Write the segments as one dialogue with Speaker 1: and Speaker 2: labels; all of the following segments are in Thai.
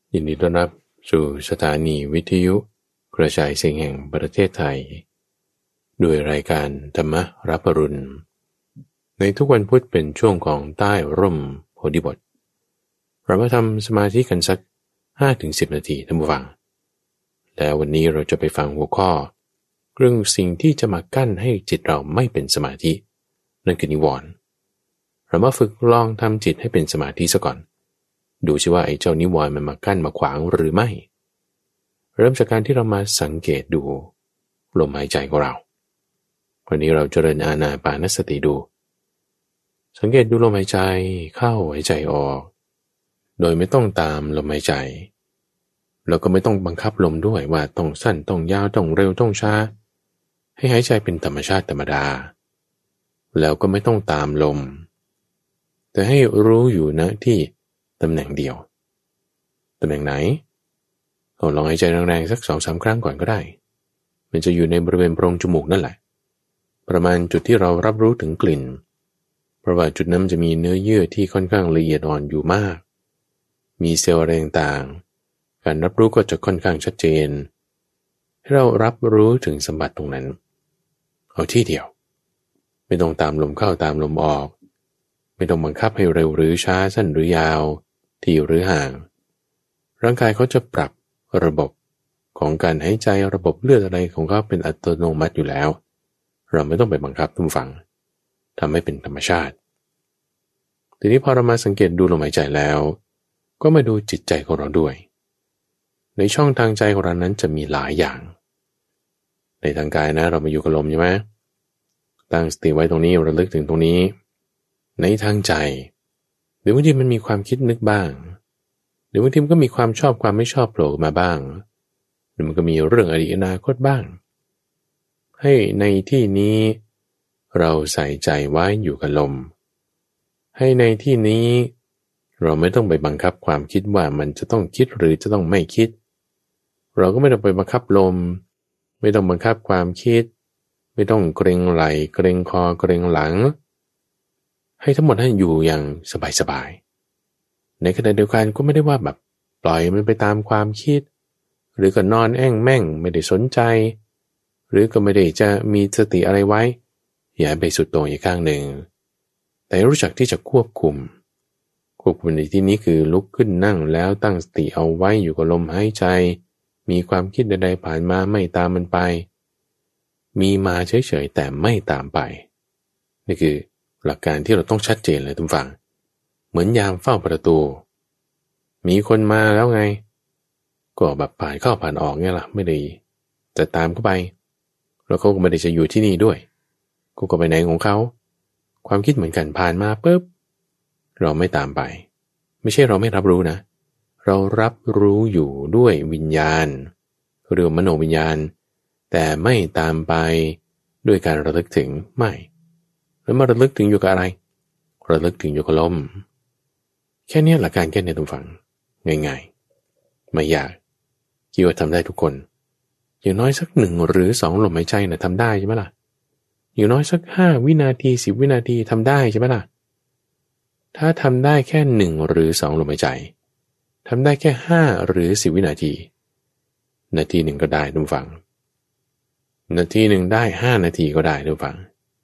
Speaker 1: ยินดีต้อนรับสู่สถานีวิทยุกระจายเสียงแห่งประเทศไทยด้วยรายการธรรมรับอรุณในทุกวันพุธเป็นช่วงของใต้ร่มโพธิบทเรามาทำสมาธิกันสัก 5-10 นาทีท่านผู้ฟังแล้ววันนี้เราจะไปฟังหัวข้อเรื่องสิ่งที่จะมากั้นให้จิตเราไม่เป็นสมาธินั่นคือนิวรณ์เรามาฝึกลองทำจิตให้เป็นสมาธิซะก่อนดูสิว่าไอ้เจ้านิวรณ์มันมากั้นมาขวางหรือไม่เริ่มจากการที่เรามาสังเกตดูลมหายใจของเราวันนี้เราเจริญอานาปานสติดูสังเกตดูลมหายใจเข้าหายใจออกโดยไม่ต้องตามลมหายใจแล้วก็ไม่ต้องบังคับลมด้วยว่าต้องสั้นต้องยาวต้องเร็วต้องช้าให้หายใจเป็นธรรมชาติธรรมดาแล้วก็ไม่ต้องตามลมแต่ให้รู้อยู่นะที่ตำแหน่งเดียวตำแหน่งไหนลองหายใจแรงๆสัก 2-3 ครั้งก่อนก็ได้มันจะอยู่ในบริเวณโพรงจมูกนั่นแหละประมาณจุดที่เรารับรู้ถึงกลิ่นเพราะว่าจุดนั้นจะมีเนื้อเยื่อที่ค่อนข้างละเอียดอ่อนอยู่มากมีเซลล์อะไรต่างๆการรับรู้ก็จะค่อนข้างชัดเจนให้เรารับรู้ถึงสัมผัสตรงนั้นเอาที่เดียวไม่ต้องตามลมเข้าตามลมออกไม่ต้องบังคับให้เร็วหรือช้าสั้นหรือยาวที่หรือห่างร่างกายเขาจะปรับระบบของการหายใจระบบเลือดอะไรของเขาเป็นอัตโนมัติอยู่แล้วเราไม่ต้องไปบังคับทุกฝั่งทำให้เป็นธรรมชาติทีนี้พอเรามาสังเกตดูลมหายใจแล้วก็มาดูจิตใจของเราด้วยในช่องทางใจของเรานั้นจะมีหลายอย่างในทางกายนะเรามาอยู่กับลมใช่ไหมตั้งสติไว้ตรงนี้ระลึกถึงตรงนี้ในทางใจหรือบางทีมันมีความคิดนึกบ้างหรือบางทีมันก็มีความชอบความไม่ชอบโผล่มาบ้างหรือมันก็มีเรื่องอดีตอนาคตบ้างให้ในที่นี้เราใส่ใจไว้อยู่กับลมให้ในที่นี้เราไม่ต้องไปบังคับความคิดว่ามันจะต้องคิดหรือจะต้องไม่คิดเราก็ไม่ต้องไปบังคับลมไม่ต้องบังคับความคิดไม่ต้องเกรงไหล่เกรงคอเกรงหลังให้ทั้งหมดให้อยู่อย่างสบายๆในขณะเดียวกันก็ไม่ได้ว่าแบบปล่อยมันไปตามความคิดหรือก็นอนแอ่งแม่งไม่ได้สนใจหรือก็ไม่ได้จะมีสติอะไรไว้อย่าไปสุดโต่งอีกข้างหนึ่งแต่รู้จักที่จะควบคุมในที่นี้คือลุกขึ้นนั่งแล้วตั้งสติเอาไว้อยู่กับลมหายใจมีความคิดใดๆผ่านมาไม่ตามมันไปมีมาเฉยๆแต่ไม่ตามไปนี่คือหลักการที่เราต้องชัดเจนเลยทุกฝั่งเหมือนยามเฝ้าประตูมีคนมาแล้วไงก็แบบผ่านเข้าผ่านออกเนี่ยล่ะไม่ได้จะตามเข้าไปแล้วเขาก็ไม่ได้จะอยู่ที่นี่ด้วยก็ไปไหนของเขาความคิดเหมือนกันผ่านมาปุ๊บเราไม่ตามไปไม่ใช่เราไม่รับรู้นะเรารับรู้อยู่ด้วยวิญญาณหรือมโนวิญญาณแต่ไม่ตามไปด้วยการระลึกถึงไม่แล้วมาระลึกถึงอยู่กับอะไรระลึกถึงอยู่กับลมแค่นี้หลักการแค่ในตรงฝั่งง่ายๆไม่ยากคิดว่าทำได้ทุกคนอย่างน้อยสัก1 หรือ 2ลมหายใจนะทำได้ใช่ไหมล่ะอย่างน้อยสัก5 วินาที10 วินาทีทำได้ใช่ไหมล่ะถ้าทำได้แค่1 หรือ 2ลมหายใจทำได้แค่5 หรือ 10 วินาทีนาทีหนึ่งก็ได้ทุกฝั่งนาทีหนึ่งได้5 นาทีก็ได้ทุกฝั่ง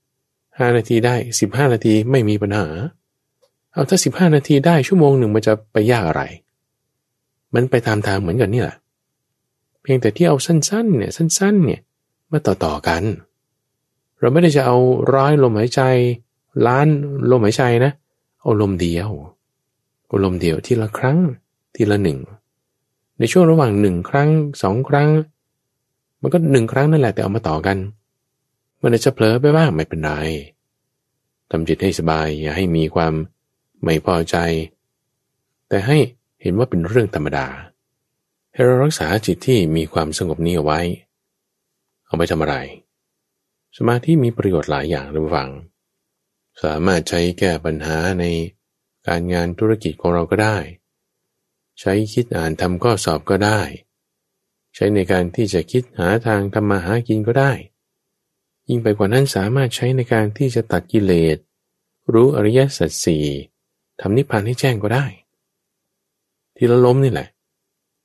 Speaker 1: 5 นาทีได้15 นาทีไม่มีปัญหาเอาถ้า15 นาทีได้1 ชั่วโมงมันจะไปยากอะไรมันไปตามทางเหมือนกันนี่แหละเพียงแต่ที่เอาสั้นๆเนี่ยมาต่อกันเราไม่ได้จะเอา100 ลมหายใจล้านลมหายใจนะเอาลมเดียวทีละครั้งทีละ1ในช่วงระหว่าง1 ครั้ง2 ครั้งมันก็1 ครั้งนั่นแหละแต่เอามาต่อกันมันอาจจะเผลอไปบ้างไม่เป็นไรทำจิตให้สบายอย่าให้มีความไม่พอใจแต่ให้เห็นว่าเป็นเรื่องธรรมดาให้เรารักษาจิตที่มีความสงบนี้เอาไว้เอาไปทำอะไรสมาธิมีประโยชน์หลายอย่างระหว่างสามารถใช้แก้ปัญหาในการงานธุรกิจของเราก็ได้ใช้คิดอ่านทำข้อสอบก็ได้ใช้ในการที่จะคิดหาทางทำมาหากินก็ได้ยิ่งไปกว่านั้นสามารถใช้ในการที่จะตัดกิเลสรู้อริยสัจ 4ทำนิพพานให้แจ้งก็ได้ทีละล้มนี่แหละ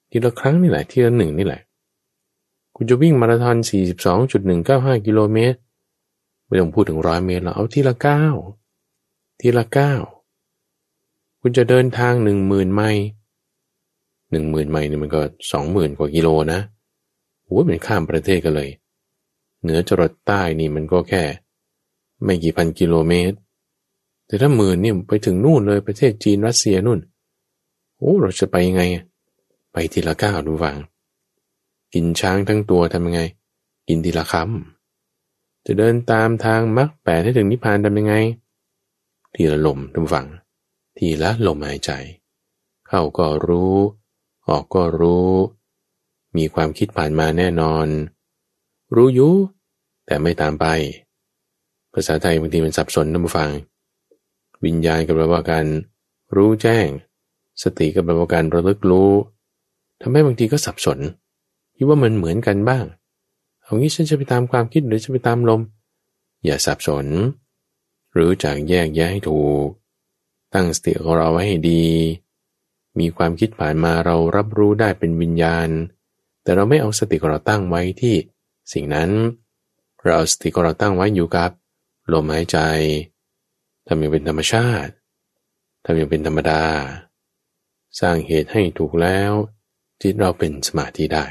Speaker 1: ทีละครั้งนี่แหละทีละหนึ่งนี่แหละคุณจะวิ่งมาราธอน 42.195 กิโลเมตรไม่ต้องพูดถึง100 เมตรแล้วเอาทีละ9ทีละ9คุณจะเดินทาง 10,000 ไมล์ 10,000 ไมล์นี่มันก็ 20,000 กว่ากิโลนะโอ้ยมันข้ามประเทศกันเลยเหนือจรดใต้นี่มันก็แค่ไม่กี่พันกิโลเมตรแต่ถ้าหมื่นนี่ไปถึงนู่นเลยประเทศจีนรัสเซียนู่นโอ้เราจะไปยังไงไปทีละ9ดูฟังกินช้างทั้งตัวทำยังไงกินทีละคำจะเดินตามทางมรรค8ให้ถึงนิพพานทำยังไงทีละลมดูฟังทีละลมหายใจเข้าก็รู้ออกก็รู้มีความคิดผ่านมาแน่นอนรู้อยู่แต่ไม่ตามไปภาษาไทยบางทีมันสับสนนะผู้ฟังวิญญาณกับแปลว่าการรู้แจ้งสติกับแปลว่าการระลึกรู้ทำให้บางทีก็สับสนคิดว่ามันเหมือนกันบ้างเอางี้ฉันจะไปตามความคิดหรือจะไปตามลมอย่าสับสนรู้จักแยกแยะให้ถูกตั้งสติของเราไว้ให้ดีมีความคิดผ่านมาเรารับรู้ได้เป็นวิญญาณแต่เราไม่เอาสติของเราตั้งไว้ที่สิ่งนั้นเราเอาสติของเราตั้งไว้อยู่กับลมหายใจทำอย่างเป็นธรรมชาติทำอย่างเป็นธรรมดาสร้างเหตุให้ถูกแล้วจิตเราเป็นสมาธิได้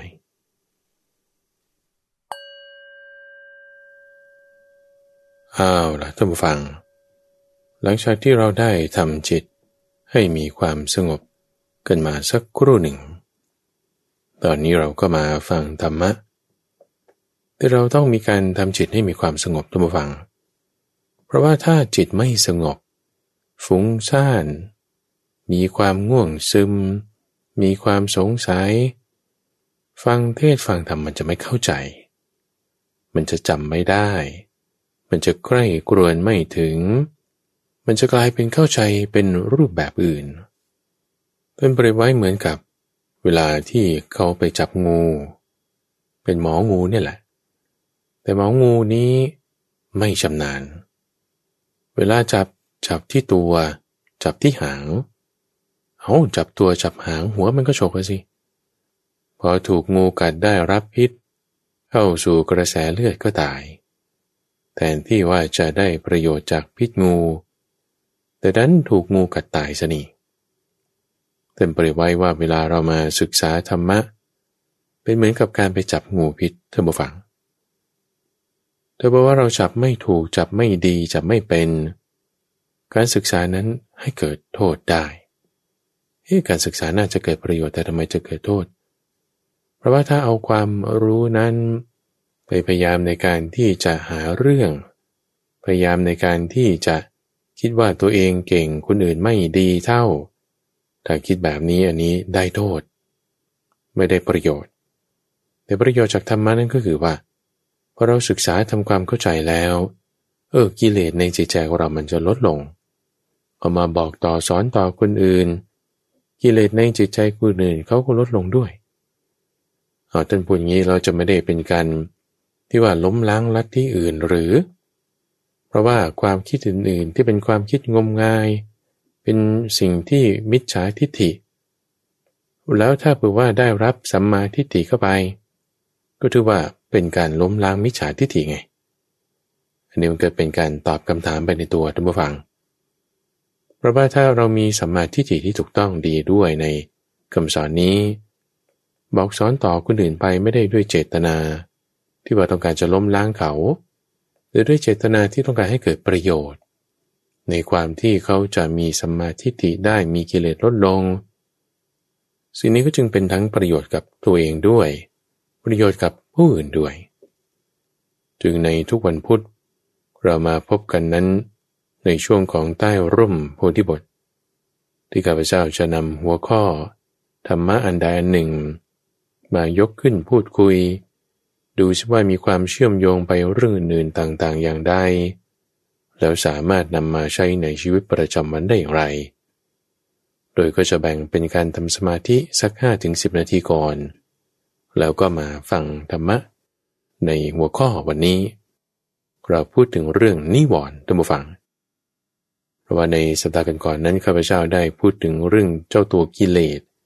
Speaker 1: อ้าวล่ะท่านผู้ฟังหลังจากที่เราได้ทำจิตให้มีความสงบกันมาสักครู่หนึ่งตอนนี้เราก็มาฟังธรรมะแต่เราต้องมีการทำจิตให้มีความสงบท่านผู้ฟังเพราะว่าถ้าจิตไม่สงบฟุ้งซ่านมีความง่วงซึมมีความสงสัยฟังเทศน์ฟังธรรมมันจะไม่เข้าใจมันจะจำไม่ได้มันจะใกล้กรวนไม่ถึงมันจะกลายเป็นเข้าใจเป็นรูปแบบอื่นเป็นเปรียบไว้เหมือนกับเวลาที่เขาไปจับงูเป็นหมองูเนี่ยแหละแต่หมองูนี้ไม่ชำนาญเวลาจับที่ตัวจับที่หางจับตัวจับหางหัวมันก็ฉกสิพอถูกงูกัดได้รับพิษเข้าสู่กระแสเลือดก็ตายแทนที่ว่าจะได้ประโยชน์จากพิษงูแต่ดันถูกงูกัดตายซะนี่เต็มเปรียบไว้ว่าเวลาเรามาศึกษาธรรมะเป็นเหมือนกับการไปจับงูพิษท่านผู้ฟังถ้าบอกว่าเราจับไม่ถูกจับไม่ดีจับไม่เป็นการศึกษานั้นให้เกิดโทษได้การศึกษาน่าจะเกิดประโยชน์แต่ทำไมจะเกิดโทษเพราะว่าถ้าเอาความรู้นั้นไปพยายามในการที่จะหาเรื่องพยายามในการที่จะคิดว่าตัวเองเก่งคนอื่นไม่ดีเท่าถ้าคิดแบบนี้อันนี้ได้โทษไม่ได้ประโยชน์แต่ประโยชน์จากธรรมะนั้นก็คือว่าพอเราศึกษาทำความเข้าใจแล้วกิเลสในจิตใจของเรามันจะลดลงเอามาบอกต่อสอนต่อคนอื่นกิเลสในจิตใจคนอื่นเขาก็ลดลงด้วยท่านพูดอย่างนี้เราจะไม่ได้เป็นการที่ว่าล้มล้างลัทธิอื่นหรือเพราะว่าความคิดอื่นๆที่เป็นความคิดงมงายเป็นสิ่งที่มิจฉาทิฏฐิแล้วถ้าเผื่อว่าได้รับสัมมาทิฏฐิเข้าไปก็ถือว่าเป็นการล้มล้างมิจฉาทิฏฐิไงอันนี้มันเกิดเป็นการตอบคำถามไปในตัวท่านผู้ฟังเพราะว่าถ้าเรามีสัมมาทิฏฐิที่ถูกต้องดีด้วยในคำสอนนี้บอกสอนต่อคนอื่นไปไม่ได้ด้วยเจตนาที่ว่าต้องการจะล้มล้างเขาหรือด้วยเจตนาที่ต้องการให้เกิดประโยชน์ในความที่เขาจะมีสัมมาทิฏฐิได้มีกิเลสลดลงสิ่งนี้ก็จึงเป็นทั้งประโยชน์กับตัวเองด้วยประโยชน์กับผู้อื่นด้วยจึงในทุกวันพุธเรามาพบกันนั้นในช่วงของใต้ร่มโพธิบทที่ข้าพเจ้าจะนำหัวข้อธรรมะอันใดอันหนึ่งมายกขึ้นพูดคุยดูซิว่ามีความเชื่อมโยงไปเรื่องอื่นๆต่างๆอย่างใดแล้วสามารถนำมาใช้ในชีวิตประจำวันได้อย่างไรโดยก็จะแบ่งเป็นการทำสมาธิสัก 5-10 นาทีก่อนแล้วก็มาฟังธรรมะในหัวข้อวันนี้เราพูดถึงเรื่องนิวรณ์ท่านผู้ฟังเพราะว่าในสัปดาห์ก่อนนั้นข้าพเจ้าได้พูดถึงเรื่องเจ้าตัวกิเลส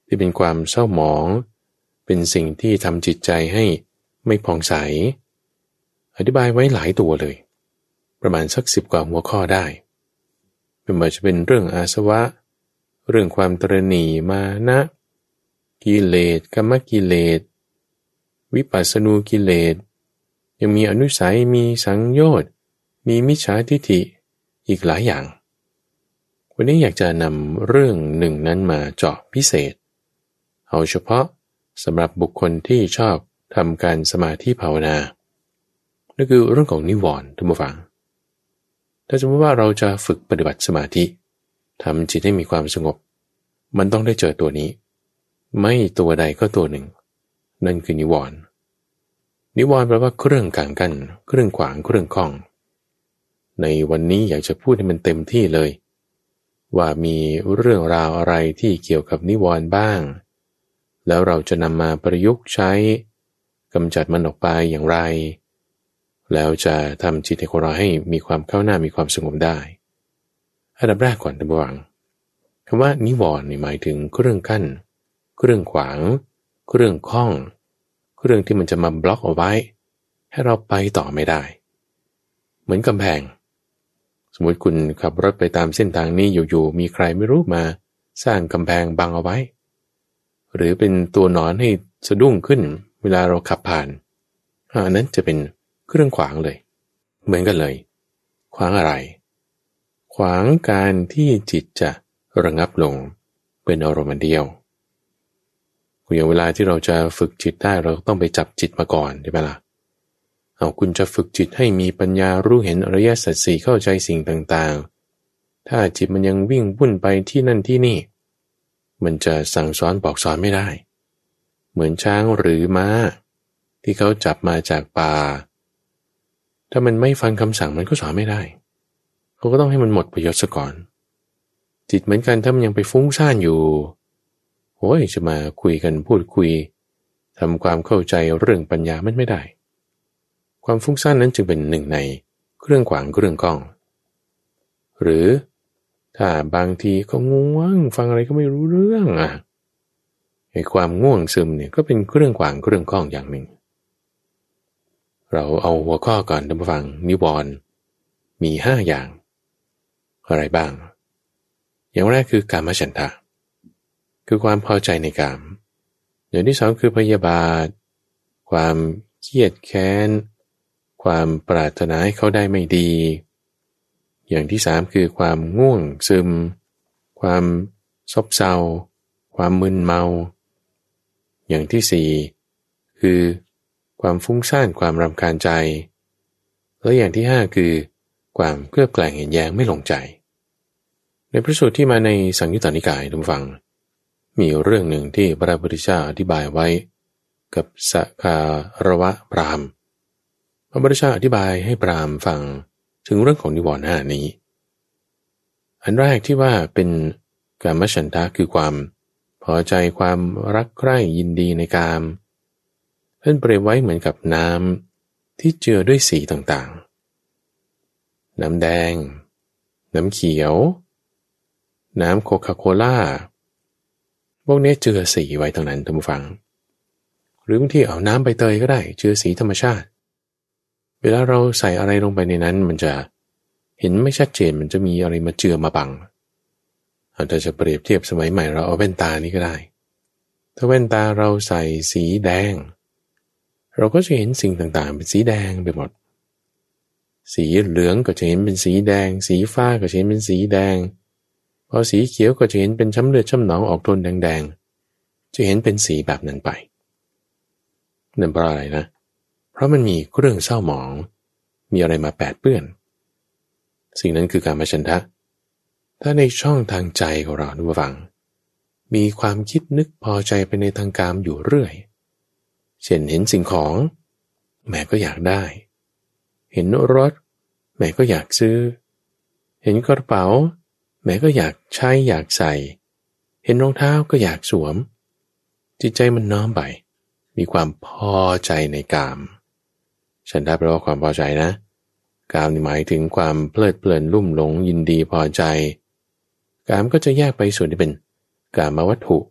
Speaker 1: ที่เป็นความเศร้าหมองเป็นสิ่งที่ทำจิตใจให้ไม่ผ่องใสอธิบายไว้หลายตัวเลยประมาณสัก10 กว่าหัวข้อได้ไม่ว่าจะเป็นเรื่องอาสวะเรื่องความตระหนี่มานะกิเลสกามกิเลสวิปัสสนูกิเลสยังมีอนุสัยมีสังโยชน์มีมิจฉาทิฏฐิอีกหลายอย่างวันนี้อยากจะนำเรื่องหนึ่งนั้นมาเจาะพิเศษเอาเฉพาะสำหรับบุคคลที่ชอบทำการสมาธิภาวนานั่นคือเรื่องของนิวรณ์ท่านผู้ฟังถ้าสมมติว่าเราจะฝึกปฏิบัติสมาธิทำจิตให้มีความสงบมันต้องได้เจอตัวนี้ไม่ตัวใดก็ตัวหนึ่งนั่นคือนิวรณ์นิวรณ์แปลว่าเครื่องกลางกั้นเครื่องขวางเครื่องข้องในวันนี้อยากจะพูดให้มันเต็มที่เลยว่ามีเรื่องราวอะไรที่เกี่ยวกับนิวรณ์บ้างแล้วเราจะนำมาประยุกต์ใช้กำจัดมันออกไปอย่างไรแล้วจะทำจิตของเราให้มีความก้าวหน้ามีความสงบได้อันดับแรกก่อนท่านผู้ฟังคำว่านิวรณ์หมายถึงเครื่องกั้นเครื่องขวางเครื่องข้องเครื่องที่มันจะมาบล็อกเอาไว้ให้เราไปต่อไม่ได้เหมือนกำแพงสมมติคุณขับรถไปตามเส้นทางนี้อยู่ๆมีใครไม่รู้มาสร้างกำแพงบังเอาไว้หรือเป็นตัวหนอนให้สะดุ้งขึ้นเวลาเราขับผ่านอันนั้นจะเป็นเครื่องขวางเลยเหมือนกันเลยขวางอะไรขวางการที่จิตจะระงับลงเป็นอารมณ์เดียวอย่างเวลาที่เราจะฝึกจิตได้เราต้องไปจับจิตมาก่อนใช่ไหมล่ะเอาคุณจะฝึกจิตให้มีปัญญารู้เห็นอริยสัจสี่เข้าใจสิ่งต่างๆถ้าจิตมันยังวิ่งวุ่นไปที่นั่นที่นี่มันจะสั่งสอนบอกสอนไม่ได้เหมือนช้างหรือม้าที่เขาจับมาจากป่าถ้ามันไม่ฟังคำสั่งมันก็สอนไม่ได้เขาก็ต้องให้มันหมดประโยชน์ซะก่อนจิตเหมือนกันถ้ามันยังไปฟุ้งซ่านอยู่โอ้ยจะมาคุยกันพูดคุยทำความเข้าใจเรื่องปัญญามันไม่ได้ความฟุ้งซ่านนั้นจึงเป็นหนึ่งในเครื่องขวางเครื่องก้องหรือถ้าบางทีก็ง่วงฟังอะไรก็ไม่รู้เรื่องไอ้ความง่วงซึมเนี่ยก็เป็นเครื่องขวางเครื่องก้องอย่างหนึ่งเราเอาหัวข้อก่อนท่านผู้ฟังนิวรณ์มี5อย่างอะไรบ้างอย่างแรกคือกามฉันทะคือความพอใจในกามอย่างที่2คือพยาบาทความเครียดแค้นความปรารถนาให้เขาได้ไม่ดีอย่างที่3คือความง่วงซึมความซบเซาความมึนเมาอย่างที่4คือความฟุ้งซ่านความรำคาญใจและอย่างที่5คือความเคลือบแคลงเห็นแย้งไม่ลงใจในพระสูตรที่มาในสังยุตตนิกายท่านฟังมีเรื่องหนึ่งที่พระพุทธเจ้าอธิบายไว้กับสักการวะพราหมณ์พระพุทธเจ้าอธิบายให้พราหมณ์ฟังถึงเรื่องของนิวรณ์5นี้อันแรกที่ว่าเป็นกามฉันทะคือความพอใจความรักใคร่ยินดีในกามท่านเปรียบไว้เหมือนกับน้ำที่เจือด้วยสีต่างๆน้ำแดงน้ำเขียวน้ำโคคาโคล่าพวกนี้เจือสีไว้ทั้งนั้นท่านผู้ฟังหรือบางทีเอาน้ำใบเตยก็ได้เจือสีธรรมชาติเวลาเราใส่อะไรลงไปในนั้นมันจะเห็นไม่ชัดเจนมันจะมีอะไรมาเจือมาบังอาจจะเปรียบเทียบสมัยใหม่เราเอาแว่นตานี้ก็ได้ถ้าแว่นตาเราใส่สีแดงเราก็จะเห็นสิ่งต่างๆเป็นสีแดงไปหมดสีเหลืองก็จะเห็นเป็นสีแดงสีฟ้าก็จะเห็นเป็นสีแดงพอสีเขียวก็จะเห็นเป็นช้ำเลือดช้ำหนองออกโทนแดงๆจะเห็นเป็นสีแบบนั้นไปนั่นเพราะอะไรนะเพราะมันมีเครื่องเศร้าหมองมีอะไรมาแปดเปื้อนสิ่งนั้นคือการมฉันทะถ้าในช่องทางใจของเราท่านผู้ฟังมีความคิดนึกพอใจไปในทางกามอยู่เรื่อยเช่นเห็นสิ่งของแม่ก็อยากได้เห็นรถแม่ก็อยากซื้อเห็นกระเป๋าแม่ก็อยากใช้อยากใส่เห็นรองเท้าก็อยากสวมจิตใจมันน้อมไปมีความพอใจในกามฉันทะแปลว่าความพอใจนะกามหมายถึงความเพลิดเพลินลุ่มหลงยินดีพอใจกามก็จะแยกไปส่วนที่เป็นกามวัตถุ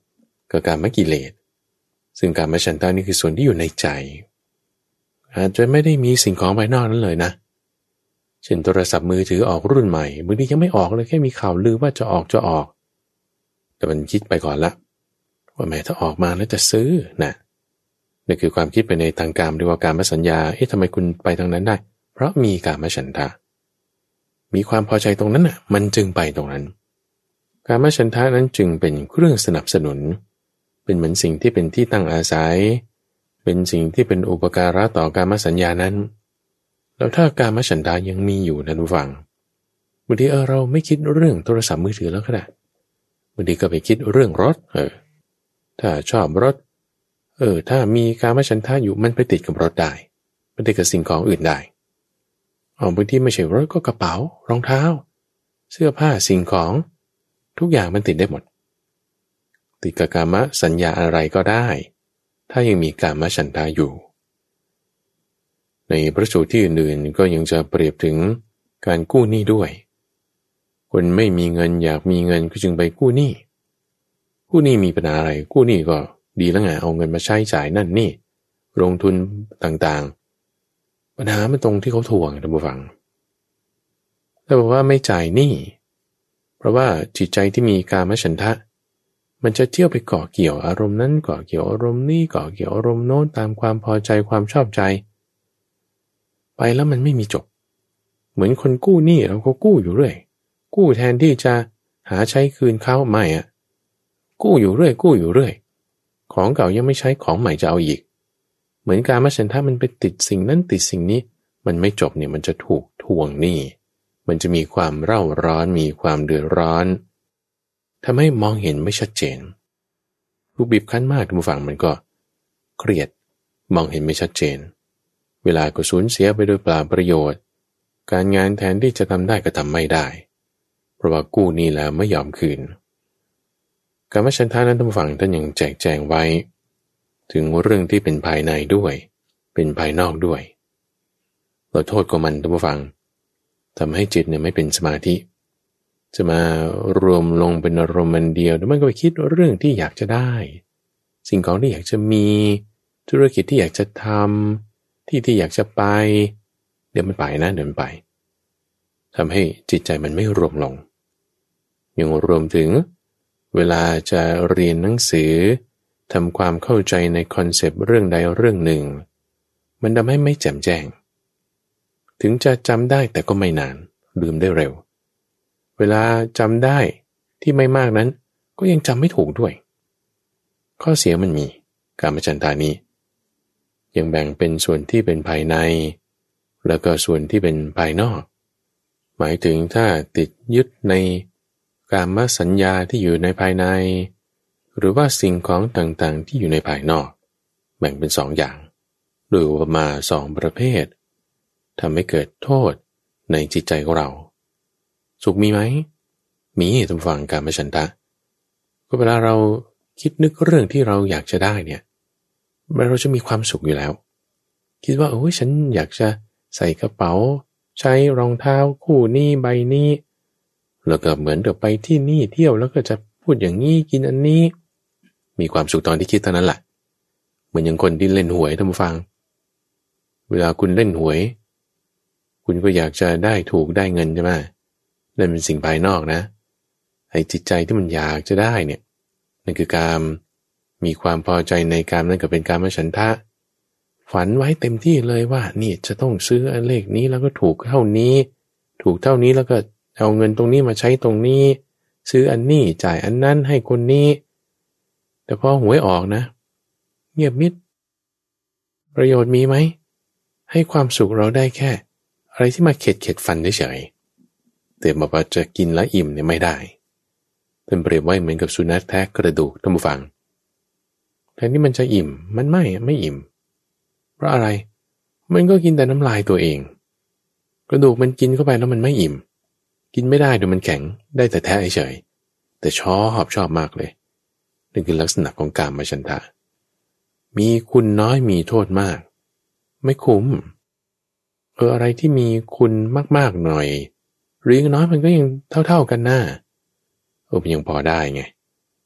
Speaker 1: กับกามกิเลสซึ่งกามฉันทะนี่คือส่วนที่อยู่ในใจอาจจะไม่ได้มีสิ่งของภายนอกนั้นเลยนะเช่นโทรศัพท์มือถือออกรุ่นใหม่บางทียังไม่ออกเลยแค่มีข่าวลือว่าจะออกแต่มันคิดไปก่อนละว่าแม้ถ้าออกมาแล้วจะซื้อนะนี่คือความคิดไปในทางกามเรียกว่ากามสัญญาทำไมคุณไปทางนั้นได้เพราะมีกามฉันทะมีความพอใจตรงนั้นน่ะมันจึงไปตรงนั้นกามฉันทะนั้นจึงเป็นเครื่องสนับสนุนเป็นเหมือนสิ่งที่เป็นที่ตั้งอาศัยเป็นสิ่งที่เป็นอุปการะต่อกามสัญญานั้นแล้วถ้ากามฉันทะยังมีอยู่นะทุกฝั่งบางทีเราไม่คิดเรื่องโทรศัพท์มือถือแล้วก็ได้บางทีก็ไปคิดเรื่องรถถ้าชอบรถถ้ามีกามฉันทะอยู่มันไปติดกับรถได้มันติดกับสิ่งของอื่นได้บางทีไม่ใช่รถก็กระเป๋ารองเท้าเสื้อผ้าสิ่งของทุกอย่างมันติดได้หมดติดกับกามสัญญาอะไรก็ได้ถ้ายังมีกามฉันทะอยู่ในพระสูตรที่อื่นๆก็ยังจะเปรียบถึงการกู้หนี้ด้วยคนไม่มีเงินอยากมีเงินก็จึงไปกู้หนี้มีปัญหาอะไรกู้หนี้ก็ดีแล้วไงเอาเงินมาใช้จ่ายนั่นนี่ลงทุนต่างๆปัญหามันตรงที่เขาทวงท่านผู้ฟังแต่บอกว่าไม่จ่ายหนี้เพราะว่าจิตใจที่มีกามฉันทะมันจะเที่ยวไปเกาะเกี่ยวอารมณ์นั้นเกาะเกี่ยวอารมณ์นี้เกาะเกี่ยวอารมณ์โน้นตามความพอใจความชอบใจไปแล้วมันไม่มีจบเหมือนคนกู้หนี้เราก็กู้อยู่เรื่อยกู้แทนที่จะหาใช้คืนเขาไม่กู้อยู่เรื่อยของเก่ายังไม่ใช้ของใหม่จะเอาอีกเหมือนกามฉันทะมันไปติดสิ่งนั้นติดสิ่งนี้มันไม่จบเนี่ยมันจะถูกทวงหนี้มันจะมีความเร่าร้อนมีความเดือดร้อนทำให้มองเห็นไม่ชัดเจนถูกบีบคั้นมากท่านผู้ฟังมันก็เครียดมองเห็นไม่ชัดเจนเวลาก็สูญเสียไปโดยเปล่าประโยชน์การงานแทนที่จะทำได้ก็ทำไม่ได้เพราะว่ากู้หนี้แล้วไม่ยอมคืนกามฉันทะนั้นท่านผู้ฟังท่านยังแจกแจงไว้ถึงเรื่องที่เป็นภายในด้วยเป็นภายนอกด้วยเราโทษกับมันท่านผู้ฟังทำให้จิตเนี่ยไม่เป็นสมาธิจะมารวมลงเป็นอารมณ์มันเดียวแล้วมันก็ไปคิดเรื่องที่อยากจะได้สิ่งของที่อยากจะมีธุรกิจที่อยากจะทำที่อยากจะไปเดี๋ยวมันไปทำให้จิตใจมันไม่รวมลงยังรวมถึงเวลาจะเรียนหนังสือทำความเข้าใจในคอนเซปต์เรื่องใดเรื่องหนึ่งมันทำให้ไม่แจ่มแจ้งถึงจะจำได้แต่ก็ไม่นานลืมได้เร็วเวลาจำได้ที่ไม่มากนั้นก็ยังจำไม่ถูกด้วยข้อเสียมันมีกามฉันทานี้ยังแบ่งเป็นส่วนที่เป็นภายในแล้วก็ส่วนที่เป็นภายนอกหมายถึงถ้าติดยึดในกามสัญญาที่อยู่ในภายในหรือว่าสิ่งของต่างๆที่อยู่ในภายนอกแบ่งเป็น2 อย่างโดยอุปมา2 ประเภททำให้เกิดโทษในจิตใจของเราสุขมีไหมมีท่านฟังกามฉันทะก็เวลาเราคิดนึกเรื่องที่เราอยากจะได้เนี่ยเราจะมีความสุขอยู่แล้วคิดว่าฉันอยากจะใส่กระเป๋าใช้รองเท้าคู่นี้ใบนี้แล้วก็เหมือนกับไปที่นี่เที่ยวแล้วก็จะพูดอย่างนี้กินอันนี้มีความสุขตอนที่คิดเท่านั้นแหละเหมือนอย่างคนที่เล่นหวยท่านผู้ฟังเวลาคุณเล่นหวยคุณก็อยากจะได้ถูกได้เงินใช่ไหมนั่นเป็นสิ่งภายนอกนะไอ้จิตใจที่มันอยากจะได้เนี่ยนั่นคือการมีความพอใจในการนั่นก็เป็นกามฉันทะฝันไว้เต็มที่เลยว่านี่จะต้องซื้อเลขนี้แล้วก็ถูกเท่านี้แล้วก็เอาเงินตรงนี้มาใช้ตรงนี้ซื้ออันนี้จ่ายอันนั้นให้คนนี้แต่พอหวยออกนะเงียบมิดประโยชน์มีไหมให้ความสุขเราได้แค่อะไรที่มาเข็ดฟันเฉยๆแต่บอกว่าจะกินแล้วอิ่มเนี่ยไม่ได้เป็นเปรียบไว้เหมือนกับสุนัขแทะกระดูกท่านผู้ฟังแทนที่มันจะอิ่มมันไม่อิ่มเพราะอะไรมันก็กินแต่น้ำลายตัวเองกระดูกมันกินเข้าไปแล้วมันไม่อิ่มกินไม่ได้เดี๋ยวมันแข็งได้แต่แทะเฉยแต่ชอบมากเลยนี่คือลักษณะของกามฉันทะมีคุณน้อยมีโทษมากไม่คุ้มอะไรที่มีคุณมากๆหน่อยหรือน้อยมันก็ยังเท่ากันน่ามันยังพอได้ไง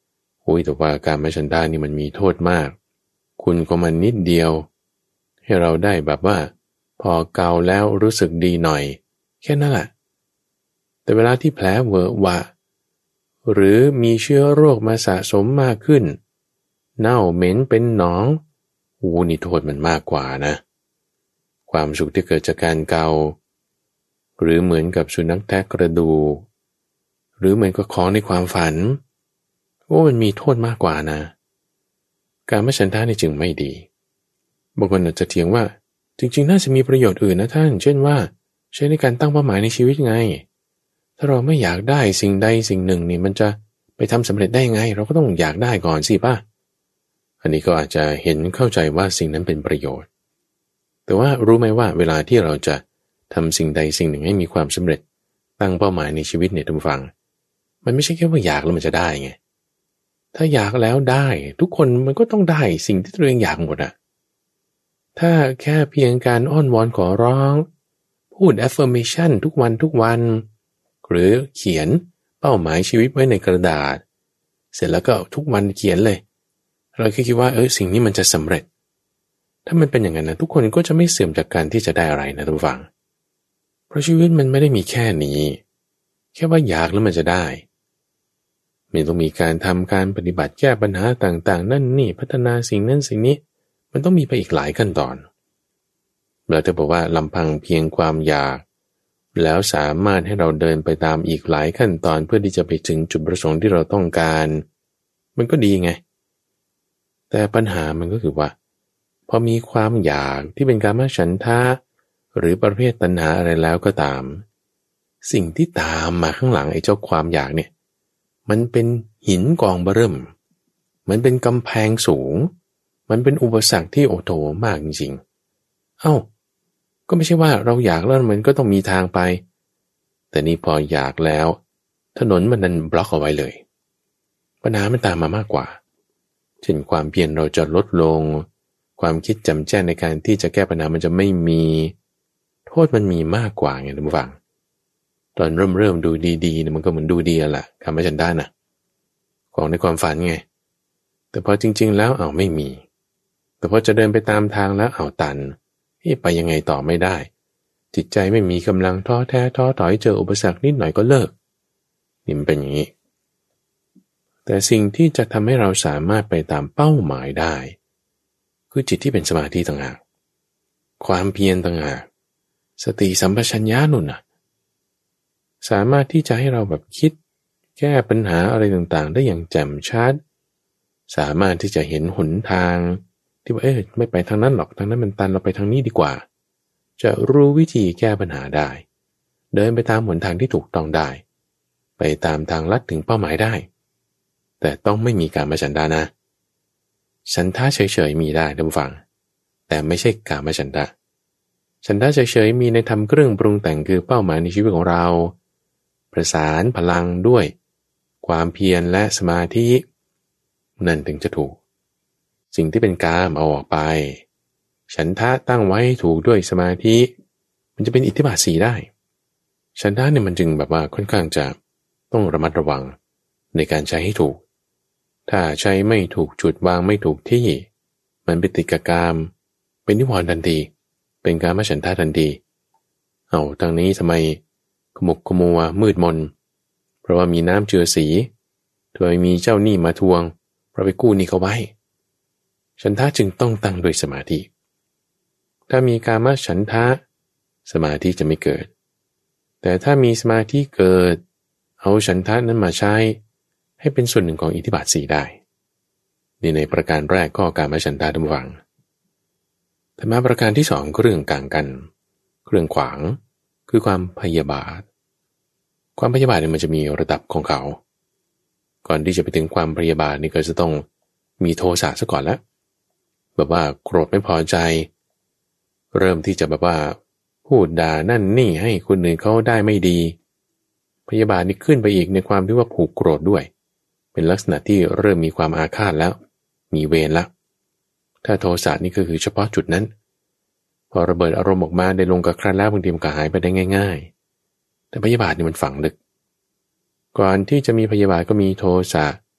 Speaker 1: โอ้ยแต่ว่าการมฉันทะนี่มันมีโทษมากคุณก็มันนิดเดียวให้เราได้แบบว่าพอเกาแล้วรู้สึกดีหน่อยแค่นั้นแหละแต่เวลาที่แผลเวอะหวะหรือมีเชื้อโรคมาสะสมมากขึ้นเน่าเหม็นเป็นหนองนี่โทษมันมากกว่านะความสุขที่เกิดจากการเกาหรือเหมือนกับสุนัขแทะกระดูกหรือเหมือนกับของในความฝันมันมีโทษมากกว่านะการมฉันทะนี่จึงไม่ดีบางคนอาจจะเถียงว่าจริงๆน่าจะมีประโยชน์อื่นนะท่านเช่นว่าใช้ในการตั้งเป้าหมายในชีวิตไงถ้าเราไม่อยากได้สิ่งใดสิ่งหนึ่งนี่มันจะไปทำสำเร็จได้ไงเราก็ต้องอยากได้ก่อนสิป่ะอันนี้ก็อาจจะเห็นเข้าใจว่าสิ่งนั้นเป็นประโยชน์แต่ว่ารู้ไหมว่าเวลาที่เราจะทำสิ่งใดสิ่งหนึ่งให้มีความสำเร็จตั้งเป้าหมายในชีวิตเนี่ยท่านผู้ฟังมันไม่ใช่แค่ว่าอยากแล้วมันจะได้ไงถ้าอยากแล้วได้ทุกคนมันก็ต้องได้สิ่งที่ตัวเองอยากหมดอะถ้าแค่เพียงการอ้อนวอนขอร้องพูด affirmation ทุกวันหรือเขียนเป้าหมายชีวิตไว้ในกระดาษเสร็จแล้วก็ทุกวันเขียนเลยเราคิดว่าสิ่งนี้มันจะสำเร็จถ้ามันเป็นอย่างนั้นนะทุกคนก็จะไม่เสื่อมจากการที่จะได้อะไรนะทุกฝั่งเพราะชีวิตมันไม่ได้มีแค่นี้แค่ว่าอยากแล้วมันจะได้มันต้องมีการทำการปฏิบัติแก้ปัญหาต่างๆนั่นนี่พัฒนาสิ่งนั้นสิ่งนี้มันต้องมีไปอีกหลายขั้นตอนเราจะบอกว่าลำพังเพียงความอยากแล้วสามารถให้เราเดินไปตามอีกหลายขั้นตอนเพื่อที่จะไปถึงจุดประสงค์ที่เราต้องการมันก็ดีไงแต่ปัญหามันก็คือว่าพอมีความอยากที่เป็นกามฉันทะหรือประเภทตัณหาอะไรแล้วก็ตามสิ่งที่ตามมาข้างหลังไอ้เจ้าความอยากเนี่ยมันเป็นหินกองเบิ่มมันเป็นกำแพงสูงมันเป็นอุปสรรคที่โอโถมากจริงๆก็ไม่ใช่ว่าเราอยากแล้วมันก็ต้องมีทางไปแต่นี่พออยากแล้วถนนมันนั้นบล็อกเอาไว้เลยปัญหามันตามมามากกว่าเช่นความเพียรเราจะลดลงความคิดจำแจ้งในการที่จะแก้ปัญหามันจะไม่มีโทษมันมีมากกว่าไงท่านผู้ฟังตอนเริ่มดูดีๆเนี่ยมันก็เหมือนดูดีแหละคำว่าฉันได้นะของในความฝันไงแต่พอจริงๆแล้วไม่มีแต่พอจะเดินไปตามทางแล้วตันไปยังไงต่อไม่ได้จิตใจไม่มีกำลังท้อแท้ท้อถอยเจออุปสรรคนิดหน่อยก็เลิกนี่มันเป็นอย่างนี้แต่สิ่งที่จะทำให้เราสามารถไปตามเป้าหมายได้คือจิตที่เป็นสมาธิต่างหากความเพียรต่างหากสติสัมปชัญญะนุ่นน่ะสามารถที่จะให้เราแบบคิดแก้ปัญหาอะไรต่างๆได้อย่างแจ่มชัดสามารถที่จะเห็นหนทางที่ว่าไม่ไปทางนั้นหรอกทางนั้นมันตันเราไปทางนี้ดีกว่าจะรู้วิธีแก้ปัญหาได้เดินไปตามหนทางที่ถูกต้องได้ไปตามทางลัดถึงเป้าหมายได้แต่ต้องไม่มีการมฉันทะนะฉันทะเฉยๆมีได้ท่านผู้ฟังแต่ไม่ใช่กามฉันทะฉันทะเฉยๆมีในธรรมเครื่องปรุงแต่งคือเป้าหมายในชีวิตของเราประสานพลังด้วยความเพียรและสมาธินั่นถึงจะถูกสิ่งที่เป็นกามเอาออกไปฉันทะตั้งไว้ถูกด้วยสมาธิมันจะเป็นอิทธิบาท4ได้ฉันทะเนี่ยมันจึงแบบว่าค่อนข้างจะต้องระมัดระวังในการใช้ให้ถูกถ้าใช้ไม่ถูกจุดวางไม่ถูกที่มันเป็นติดกับกามเป็นนิวรณ์ทันทีเป็นกามฉันทะทันทีทางนี้ทำไมขมุกขมัวมืดมนเพราะว่ามีน้ำเจือสีทำไมมีเจ้าหนี้มาทวงเพราะไปกู้หนี้เขาไว้ฉันทะจึงต้องตั้งด้วยสมาธิถ้ามีกามฉันทะสมาธิจะไม่เกิดแต่ถ้ามีสมาธิเกิดเอาฉันทะนั้นมาใช้ให้เป็นส่วนหนึ่งของอิทธิบาท4ได้นี่ในประการแรกก็กามฉันทะดำวังแต่มาประการที่2ก็เรื่องกลางกันเรื่องขวางคือความพยาบาทความพยาบาทเนี่ยมันจะมีระดับของเขาก่อนที่จะไปถึงความพยาบาทนี่ก็จะต้องมีโทสะซะก่อนแล้วแบบว่าโกรธไม่พอใจเริ่มที่จะแบบว่าพูดด่านั่นนี่ให้คนอื่นเขาได้ไม่ดีพยาบาทนี่ขึ้นไปอีกในความที่ว่าผูกโกรธด้วยเป็นลักษณะที่เริ่มมีความอาฆาตแล้วมีเวรแล้วถ้าโทสะนี่ก็คือเฉพาะจุดนั้นพอระเบิดอารมณ์ออกมาได้ลงกับครั้นแล้วบางทีมันก็หายไปได้ง่ายๆแต่พยาบาทนี่มันฝังลึกก่อนที่จะมีพยาบาทก็มีโทสะ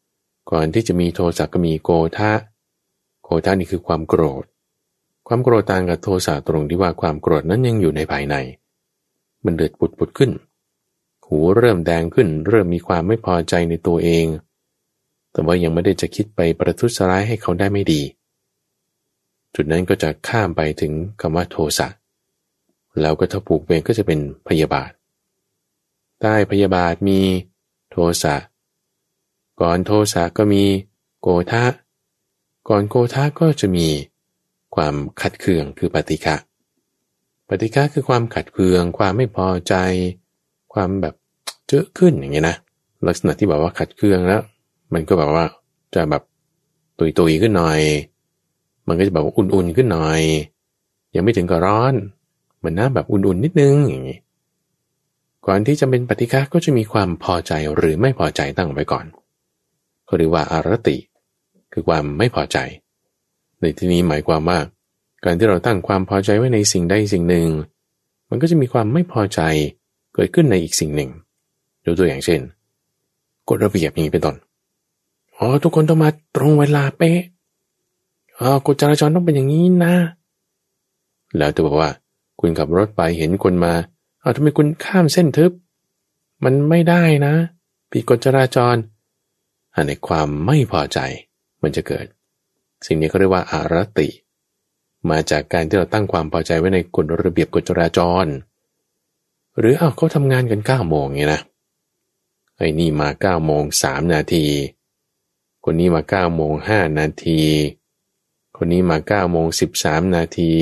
Speaker 1: ก่อนที่จะมีโทสะก็มีโกฏะโกฏะนี่คือความโกรธความโกรธต่างกับโทสะตรงที่ว่าความโกรธนั้นยังอยู่ในภายในมันเดือดปุดขึ้นหูเริ่มแดงขึ้นเริ่มมีความไม่พอใจในตัวเองแต่ว่ายังไม่ได้จะคิดไปประทุษร้ายให้เขาได้ไม่ดีจุดนั้นก็จะข้ามไปถึงคำว่าโทสะแล้วก็ถ้าผูกเวรก็จะเป็นพยาบาทใต้พยาบาทมีโทสะก่อนโทสะก็มีโกฏะก่อนโกฏะก็จะมีความขัดเคืองคือปฏิฆะปฏิฆะคือความขัดเคืองความไม่พอใจความแบบเจอขึ้นอย่างเงี้ยนะลักษณะที่แบบว่าขัดเคืองแล้วมันก็แบบว่าจะแบบตุยขึ้นหน่อยมันก็จะแบบว่าอุ่นๆขึ้นหน่อยยังไม่ถึงกับร้อนเหมือนน้ำแบบอุ่นๆนิดนึงอย่างงี้ก่อนที่จะเป็นปฏิฆะก็จะมีความพอใจหรือไม่พอใจตั้งไว้ก่อนเขาเรียกว่าอารติคือความไม่พอใจในที่นี้หมายความว่าการที่เราตั้งความพอใจไว้ในสิ่งใดสิ่งหนึ่งมันก็จะมีความไม่พอใจเกิดขึ้นในอีกสิ่งหนึ่งยกตัวอย่างเช่นกฎระเบียบอย่างนี้เป็นต้นทุกคนต้องมาตรงเวลาเป๊ะกฎจราจรต้องเป็นอย่างนี้นะแล้วจะบอกว่าคุณขับรถไปเห็นคนมาทำไมคุณข้ามเส้นทึบมันไม่ได้นะผิดกฎจราจรในความไม่พอใจมันจะเกิดสิ่งนี้เขาเรียกว่าอารติมาจากการที่เราตั้งความพอใจไว้ในกฎระเบียบกฎจราจรหรือเขาทำงานกัน9 โมงไงนะไอ้นี่มา9 โมง 3 นาทีคนนี้มา9 โมง 5 นาทีคนนี้มา9 โมง 13 นาที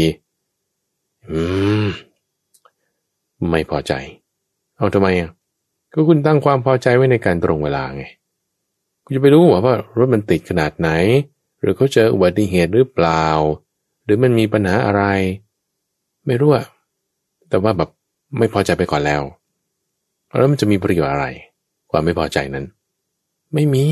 Speaker 1: ไม่พอใจทำไมก็คุณตั้งความพอใจไว้ในการตรงเวลาไงคุณจะไปรู้ว่ารถมันติดขนาดไหนหรือเขาเจออุบัติเหตุหรือเปล่าหรือมันมีปัญหาอะไรไม่รู้แต่ว่าแบบไม่พอใจไปก่อนแล้วมันจะมีประโยชน์อะไรความไม่พอใจนั้นไม่มี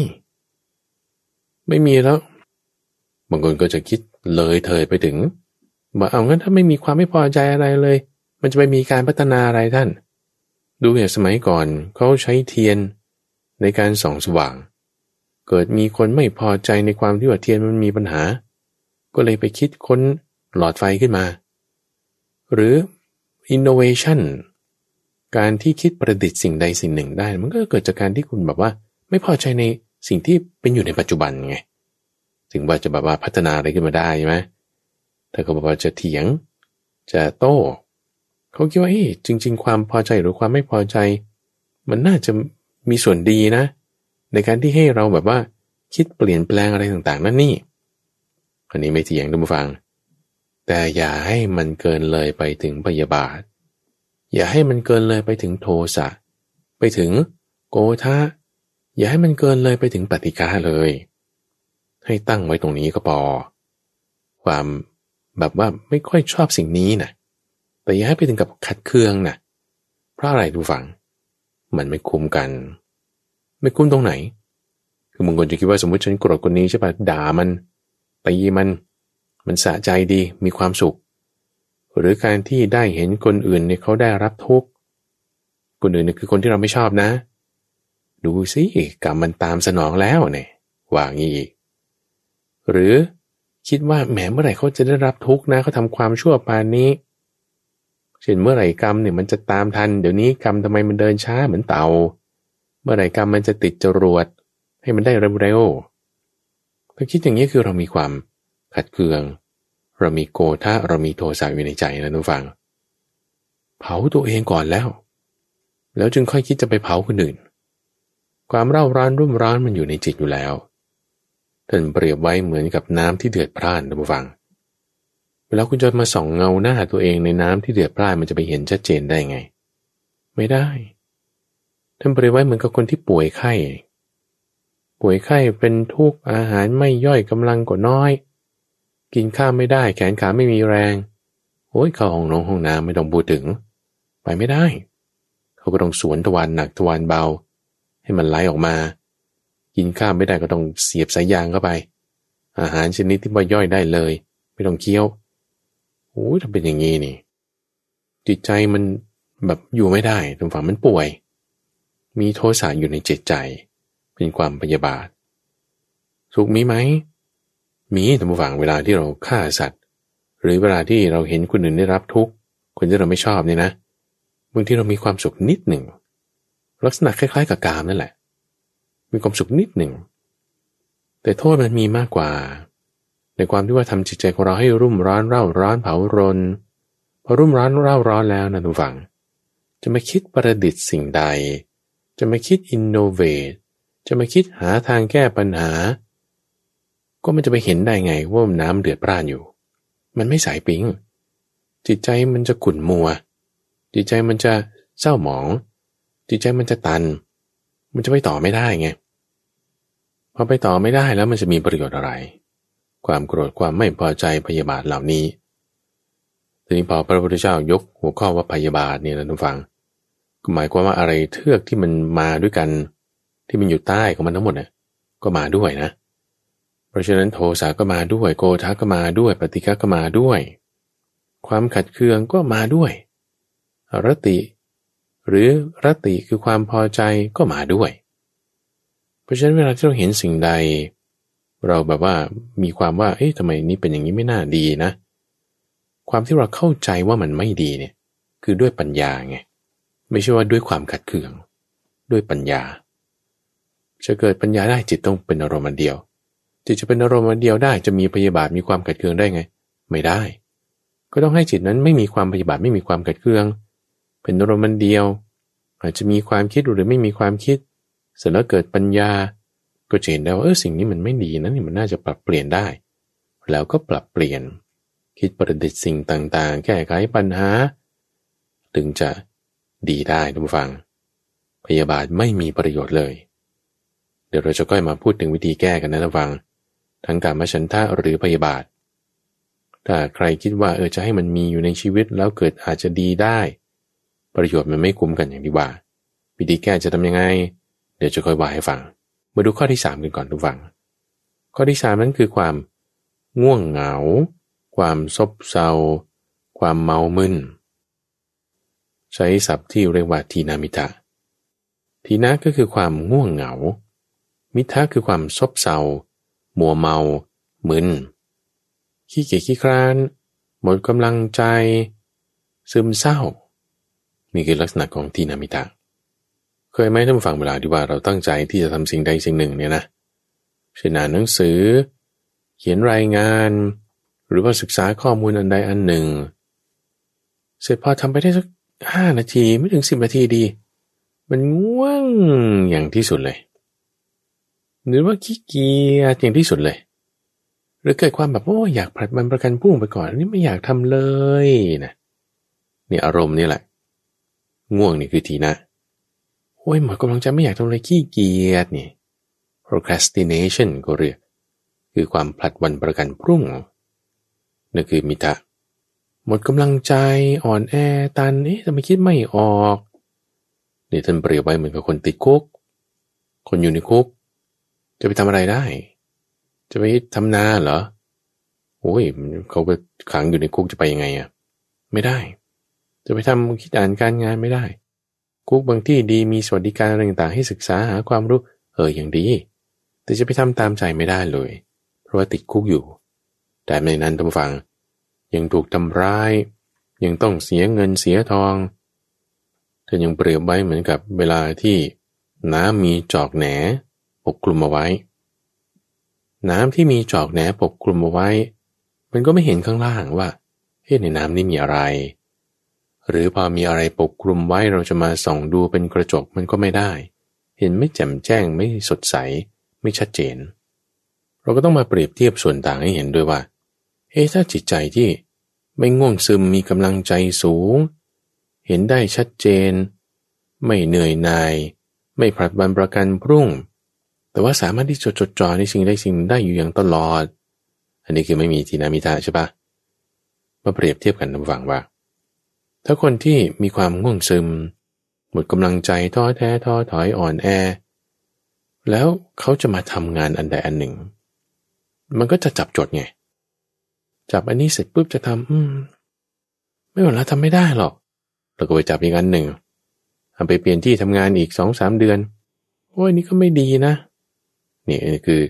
Speaker 1: แล้วบางคนก็จะคิดเลยเถิดไปถึงบอกงั้นถ้าไม่มีความไม่พอใจอะไรเลยมันจะไปมีการพัฒนาอะไรท่านดูอย่างสมัยก่อนเขาใช้เทียนในการส่องสว่างเกิดมีคนไม่พอใจในความที่ว่าเทียนมันมีปัญหาก็เลยไปคิดค้นหลอดไฟขึ้นมาหรือ innovation การที่คิดประดิษฐ์สิ่งใดสิ่งหนึ่งได้มันก็เกิดจากการที่คุณแบบว่าไม่พอใจในสิ่งที่เป็นอยู่ในปัจจุบันไงถึงว่าจะแบบว่าพัฒนาอะไรขึ้นมาได้ใช่ไหมถ้าเขาบอกว่าจะเถียงจะโต้เขาคิดว่าจริงๆความพอใจหรือความไม่พอใจมันน่าจะมีส่วนดีนะในการที่ให้เราแบบว่าคิดเปลี่ยนแปลงอะไรต่างๆนั่นนี่อันนี้ไม่เถียงท่านผู้ฟังแต่อย่าให้มันเกินเลยไปถึงพยาบาทอย่าให้มันเกินเลยไปถึงโทสะไปถึงโกฏะอย่าให้มันเกินเลยไปถึงปฏิฆะเลยให้ตั้งไว้ตรงนี้ก็พอความแบบว่าไม่ค่อยชอบสิ่งนี้นะแต่อย่าให้ไปถึงกับขัดเคืองนะเพราะอะไรดูฟังมันไม่คุ้มกันไม่คุ้มตรงไหนคือบางคนจะคิดว่าสมมติฉันโกรธคนนี้ใช่ป่ะด่ามันตีมันสะใจดีมีความสุขหรือการที่ได้เห็นคนอื่นเนี่ยเขาได้รับทุกข์คนอื่นเนี่ยคือคนที่เราไม่ชอบนะดูสิกรรมมันตามสนองแล้วเนี่ยว่างี้อีกหรือคิดว่าแหมเมื่อไหร่เขาจะได้รับทุกข์นะเขาทำความชั่วปานนี้เช่นเมื่อไหร่กรรมเนี่ยมันจะตามทันเดี๋ยวนี้กรรมทำไมมันเดินช้าเหมือนเต่าเมื่อไหร่กรรมมันจะติดจรวดให้มันได้เร็วๆถ้าคิดอย่างนี้คือเรามีความขัดเคืองเรามีโกฏะเรามีโทสะอยู่ในใจนะทุกฟังเผาตัวเองก่อนแล้วจึงค่อยคิดจะไปเผาคนอื่นความเร่าร้อนรุ่มร้อนมันอยู่ในจิตอยู่แล้วท่านเปรียบไว้เหมือนกับน้ำที่เดือดพร่านนะผู้ฟังเวลาคุณจะมาส่องเงาหน้าตัวเองในน้ำที่เดือดพร่านมันจะไปเห็นชัดเจนได้ไงไม่ได้ท่านเปรียบไว้เหมือนกับคนที่ป่วยไข้เป็นทุกข์อาหารไม่ย่อยกำลังก็น้อยกินข้าวไม่ได้แขนขาไม่มีแรงเข้าห้องน้ำไม่ต้องพูดถึงไปไม่ได้เขาก็ต้องสวนทวารหนักทวารเบาให้มันไหลออกมากินข้าวไม่ได้ก็ต้องเสียบสายยางเข้าไปอาหารชนิดที่ว่าย่อยได้เลยไม่ต้องเคี้ยวถ้าเป็นอย่างนี้นี่จิตใจมันแบบอยู่ไม่ได้ตรงฝั่งมันป่วยมีโทสะอยู่ในจิตใจเป็นความพยาบาทสุขมีไหมมีท่านผู้ฟังเวลาที่เราฆ่าสัตว์หรือเวลาที่เราเห็นคนอื่นได้รับทุกข์คนที่เราไม่ชอบเนี่ยนะบางทีเรามีความสุขนิดหนึ่งลักษณะคล้ายๆกับกามนั่นแหละมีความสุขนิดหนึ่งแต่โทษมันมีมากกว่าในความที่ว่าทำจิตใจของเราให้รุ่มร้อนเร่าร้อนเผารนพอรุ่มร้อนเร่าร้อนแล้วนะทุกฝั่งจะมาคิดประดิษฐ์สิ่งใดจะมาคิดอินโนเวทจะมาคิดหาทางแก้ปัญหาก็มันจะไปเห็นได้ไงว่าน้ำเดือดพร่านอยู่มันไม่ใสปิ๊งจิตใจมันจะขุ่นมัวจิตใจมันจะเศร้าหมองจิตใจมันจะตันมันจะไปต่อไม่ได้ไงพอไปต่อไม่ได้แล้วมันจะมีประโยชน์อะไรความโกรธความไม่พอใจพยาบาทเหล่านี้ทีนี้พอพระพุทธเจ้ายกหัวข้อว่าพยาบาทเนี่ยนะทุกฟังก็หมายความว่าอะไรเทือกที่มันมาด้วยกันที่มันอยู่ใต้ของมันทั้งหมดเนี่ยก็มาด้วยนะเพราะฉะนั้นโทสะก็มาด้วยโกฏะก็มาด้วยปฏิฆะก็มาด้วยความขัดเคืองก็มาด้วยรติหรือรติคือความพอใจก็มาด้วยเพราะฉะนั้นเวลาที่เราเห็นสิ่งใดเราแบบว่ามีความว่าเอ๊ะทำไมนี้เป็นอย่างนี้ไม่น่าดีนะความที่เราเข้าใจว่ามันไม่ดีเนี่ยคือด้วยปัญญาไงไม่ใช่ว่าด้วยความขัดเคืองด้วยปัญญาจะเกิดปัญญาได้จิตต้องเป็นอารมณ์เดียวจิตจะเป็นอารมณ์เดียวได้จะมีพยาบาทมีความขัดเคืองได้ไงไม่ได้ก็ต้องให้จิตนั้นไม่มีความพยาบาทไม่มีความขัดเคืองเป็นอารมณ์เดียวอาจจะมีความคิดหรือไม่มีความคิดเสร็จแล้วเกิดปัญญาก็เห็นได้ว่าสิ่งนี้มันไม่ดีนะนี่มันน่าจะปรับเปลี่ยนได้แล้วก็ปรับเปลี่ยนคิดประดิษฐ์สิ่งต่างๆแก้ไขปัญหาถึงจะดีได้ทุกฟังพยาบาทไม่มีประโยชน์เลยเดี๋ยวเราจะค่อยมาพูดถึงวิธีแก้กันนะทุกฟังทั้งกามฉันทะหรือพยาบาทถ้าใครคิดว่าจะให้มันมีอยู่ในชีวิตแล้วเกิดอาจจะดีได้ประโยชน์มันไม่คุ้มกันอย่างที่ว่าวิธีแก้จะทำยังไงเดี๋ยวจะค่อยว่าให้ฟังมาดูข้อที่3กันก่อนทุกฟังข้อที่3นั้นคือความง่วงเหงาความซบเซาความเมามึนใช้ศัพท์ที่เรียกว่าทีนามิทะทีนะก็คือความง่วงเหงามิทะคือความซบเซามัวเมามึนขี้เกียจขี้คร้านหมดกำลังใจซึมเศร้านี่คือลักษณะของทีนามิทะเคยไหมท่านผู้ฟังเวลาที่ว่าเราตั้งใจที่จะทำสิ่งใดสิ่งหนึ่งเนี่ยนะเช่นอ่านหนังสือเขียนรายงานหรือว่าศึกษาข้อมูลอันใดอันหนึ่งเสร็จพอทำไปได้สัก5 นาทีไม่ถึง10 นาทีดีมันง่วงอย่างที่สุดเลยหรือว่าขี้เกียจอย่างที่สุดเลยหรือเกิดความแบบอยากผลัดวันประกันพรุ่งไปก่อนนี่ไม่อยากทำเลยนะนี่อารมณ์นี่แหละง่วงนี่คือทีนะหมดกำลังใจไม่อยากทำอะไรขี้เกียจนี่ procrastination ก็เรียกคือความผลัดวันประกันพรุ่งนั่นคือมิทะหมดกำลังใจอ่อนแอตันทำไมคิดไม่ออกนี่ท่านเปรียบไว้เหมือนกับคนติดคุกคนอยู่ในคุกจะไปทำอะไรได้จะไปทำนาเหรอเขาก็ขังอยู่ในคุกจะไปยังไงไม่ได้จะไปทำคิดอ่านการงานไม่ได้คุกบางที่ดีมีสวัสดิการอะไรต่างๆให้ศึกษาหาความรู้อย่างดีแต่จะไปทำตามใจไม่ได้เลยเพราะว่าติดคุกอยู่แต่ในนั้นท่านผู้ฟังยังถูกทำร้ายยังต้องเสียเงินเสียทองท่านยังเปรียบไว้เหมือนกับเวลาที่น้ำมีจอกแหนปกคลุมเอาไว้น้ำที่มีจอกแหนปกคลุมเอาไว้มันก็ไม่เห็นข้างล่างว่าในน้ำนี่มีอะไรหรือพอมีอะไรปกคลุมไว้เราจะมาส่องดูเป็นกระจกมันก็ไม่ได้เห็นไม่แจ่มแจ้งไม่สดใสไม่ชัดเจนเราก็ต้องมาเปรียบเทียบส่วนต่างให้เห็นด้วยว่าถ้าจิตใจที่ไม่ง่วงซึมมีกำลังใจสูงเห็นได้ชัดเจนไม่เหนื่อยหน่ายไม่ผลัดวันประกันพรุ่งแต่ว่าสามารถที่จะจดจ่อในสิ่งใดสิ่งได้อยู่อย่างตลอดอันนี้คือไม่มีทีนามิทะใช่ปะมาเปรียบเทียบกันระหว่างว่าถ้าคนที่มีความง่วงซึมหมดกำลังใจท้อแท้ท้อถอยอ่อนแอแล้วเขาจะมาทำงานอันใดอันหนึ่งมันก็จะจับจดไงจับอันนี้เสร็จปุ๊บจะทำไม่หมดแล้วทำไม่ได้หรอกแล้วก็ไปจับอีกอันหนึ่งเอาไปเปลี่ยนที่ทำงานอีก 2-3 เดือนนี่ก็ไม่ดีนะนี่คือ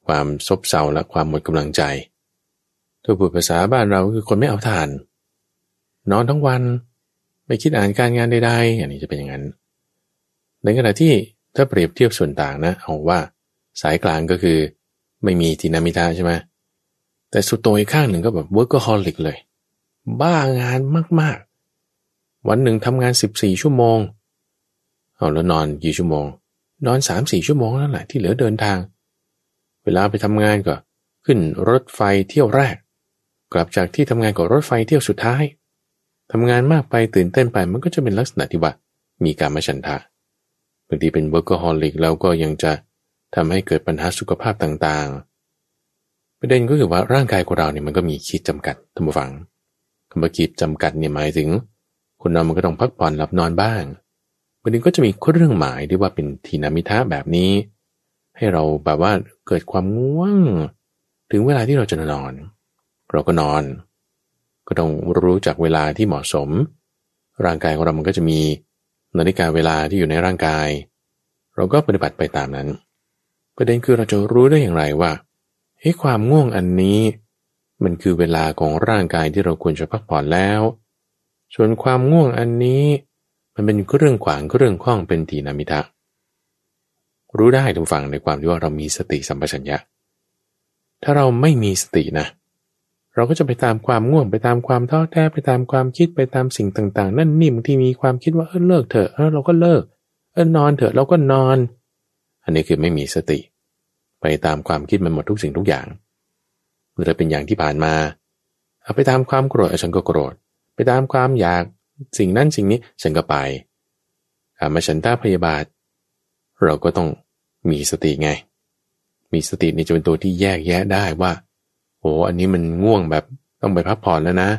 Speaker 1: ความซบเซาและความหมดกำลังใจถ้าพูดภาษาบ้านเราคือคนไม่เอาทานนอนทั้งวันไม่คิดอ่านการงานใดๆอันนี้จะเป็นอย่างนั้นในขณะที่ถ้าเปรียบเทียบส่วนต่างนะเอาว่าสายกลางก็คือไม่มีทินามิทะใช่ไหมแต่สุดโต่งอีกข้างหนึ่งก็แบบ workaholic เลยบ้างานมากๆวันหนึ่งทำงาน14ชั่วโมงเอาแล้วนอนกี่ชั่วโมงนอน 3-4 ชั่วโมงนั่นแหละที่เหลือเดินทางเวลาไปทำงานก็ขึ้นรถไฟเที่ยวแรกกลับจากที่ทำงานกับรถไฟเที่ยวสุดท้ายทำงานมากไปตื่นเต้นไปมันก็จะเป็นลักษณะที่ว่ามีกามฉันทะบางทีเป็น workaholic แล้วก็ยังจะทำให้เกิดปัญหาสุขภาพต่างๆประเด็นก็คือว่าร่างกายของเราเนี่ยมันก็มีขีดจำกัดท่านผู้ฟังคำว่าขีดจำกัดเนี่ยหมายถึงคนเรามันก็ต้องพักผ่อนหลับนอนบ้างบางทีก็จะมีเครื่องหมายที่ว่าเป็นทีนามิทะแบบนี้ให้เราแบบว่าเกิดความง่วงถึงเวลาที่เราจะนอนเราก็นอนก็ต้องรู้จักเวลาที่เหมาะสมร่างกายของเรามันก็จะมีนาฬิกาเวลาที่อยู่ในร่างกายเราก็ปฏิบัติไปตามนั้นประเด็นคือเราจะรู้ได้อย่างไรว่าความง่วงอันนี้มันคือเวลาของร่างกายที่เราควรจะพักผ่อนแล้วส่วนความง่วงอันนี้มันเป็นเรื่องขวางเรื่องข้องเป็นทีนามิทะรู้ได้ทุกฝั่งในความที่ว่าเรามีสติสัมปชัญญะถ้าเราไม่มีสตินะเราก็จะไปตามความง่วงไปตามความท้อแท้ไปตามความคิดไปตามสิ่งต่างๆนั่นนี่บางทีมีความคิดว่าเลิกเถอะเราก็เลิกนอนเถอะเราก็นอนอันนี้คือไม่มีสติไปตามความคิดมันหมดทุกสิ่งทุกอย่างหรือเป็นอย่างที่ผ่านมาเอาไปตามความโกรธฉันก็โกรธไปตามความอยากสิ่งนั้นสิ่งนี้ฉันก็ไปกามฉันทะพยาบาทเราก็ต้องมีสติไงมีสตินี่จะเป็นตัวที่แยกแยะได้ว่าโอ้อันนี้มันง่วงแบบต้องไปพักผ่อนแล้วนะ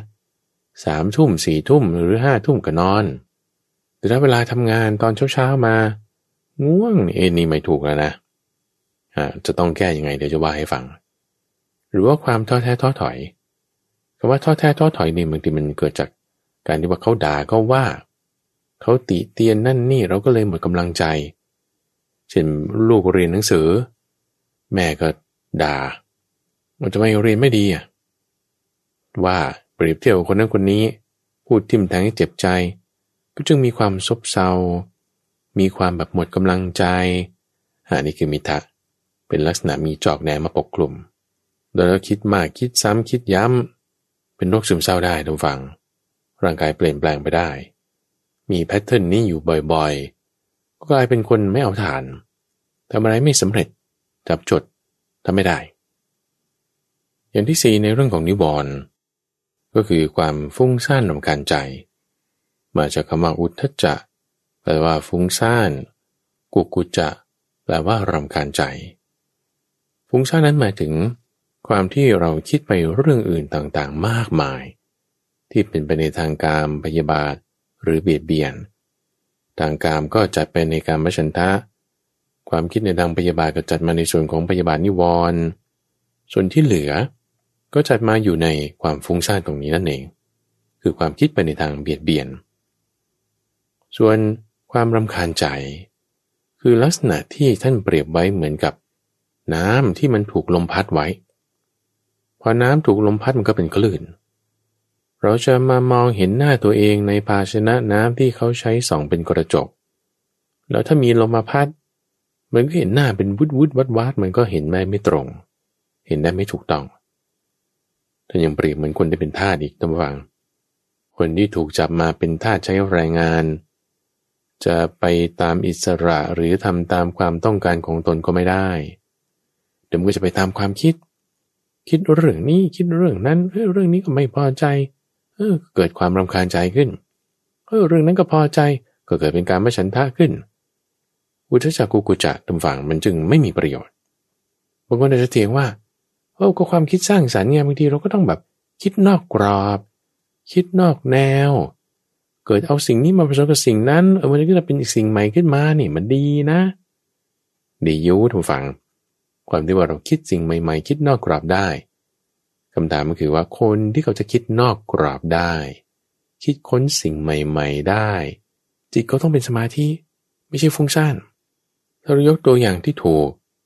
Speaker 1: 3 ทุ่ม 4 ทุ่มหรือ5 ทุ่มก็นอนแต่ถ้าเวลาทำงานตอนเช้ามาง่วงนี่ไม่ถูกแล้วนะจะต้องแก้ยังไงเดี๋ยวจะว่าให้ฟังหรือว่าความท้อแท้ท้อถอยคำว่าท้อแท้ท้อถอยนี่บางทีมันเกิดจากการที่ว่าเขาด่าเขาว่าเขาติเตียนนั่นนี่เราก็เลยหมดกำลังใจเช่นลูกเรียนหนังสือแม่ก็ด่ามันจะไม่เรียนไม่ดีว่าเปรียบเทียบคนนั้นคนนี้พูดทิ่มแทงให้เจ็บใจก็จึงมีความซบเซามีความแบบหมดกำลังใจนี่คือมิทะเป็นลักษณะมีจอกแหนมาปกคลุมโดยเราคิดมากคิดซ้ำคิดย้ำเป็นโรคซึมเศร้าได้ทุกฝั่งร่างกายเปลี่ยนแปลงไปได้มีแพทเทิร์นนี้อยู่บ่อยๆก็กลายเป็นคนไม่เอาทานทำอะไรไม่สำเร็จจับจดทำไม่ได้อย่างที่4ในเรื่องของนิวรณ์ก็คือความฟุ้งซ่านรำคาญใจมาจากคำว่าอุทธัจจะแปลว่าฟุ้งซ่านกุกุจจะแปลว่ารำคาญใจฟุ้งซ่านนั้นหมายถึงความที่เราคิดไปเรื่องอื่นต่างๆมากมายที่เป็นไปในทางกามพยาบาทหรือเบียดเบียนทางกามก็จัดไปในกามฉันทะความคิดในทางพยาบาทก็จัดมาในส่วนของพยาบาทนิวรณ์ส่วนที่เหลือก็จัดมาอยู่ในความฟุ้งซ่านตรงนี้นั่นเองคือความคิดไปในทางเบียดเบียนส่วนความรำคาญใจคือลักษณะที่ท่านเปรียบไว้เหมือนกับน้ำที่มันถูกลมพัดไว้พอน้ำถูกลมพัดมันก็เป็นคลื่นเราจะมามองเห็นหน้าตัวเองในภาชนะน้ำที่เขาใช้ส่องเป็นกระจกแล้วถ้ามีลมมาพัดมันก็เห็นหน้าเป็นวุดวัดมันก็เห็นไม่ตรงเห็นได้ไม่ถูกต้องท่านยังเปรียบเหมือนคนที่เป็นทาสอีกท่านผู้ฟังคนที่ถูกจับมาเป็นทาสใช้แรงงานจะไปตามอิสระหรือทำตามความต้องการของตนก็ไม่ได้เดี๋ยวมันก็จะไปตามความคิดเรื่องนี้คิดเรื่องนั้นเรื่องนี้ก็ไม่พอใจเกิดความรำคาญใจขึ้นเรื่องนั้นก็พอใจก็เกิดเป็นการไม่ฉันทะขึ้นอุทธัจจะกุกุจจะตำฝั่งมันจึงไม่มีประโยชน์บางคนอาจจะเถียงว่าก็ความคิดสร้างสรรค์ไงบางทีเราก็ต้องแบบคิดนอกกรอบคิดนอกแนวเกิดเอาสิ่งนี้มาผสมกับสิ่งนั้นมันก็จะเป็นอีกสิ่งใหม่ขึ้นมานี่มันดีนะดีอยู่ทุกฝั่งความที่ว่าเราคิดสิ่งใหม่ๆคิดนอกกรอบได้คำถามก็คือว่าคนที่เขาจะคิดนอกกรอบได้คิดค้นสิ่งใหม่ๆได้จิตเขาต้องเป็นสมาธิไม่ใช่ฟุ้งซ่านถ้าเรายกตัวอย่างที่ถูกก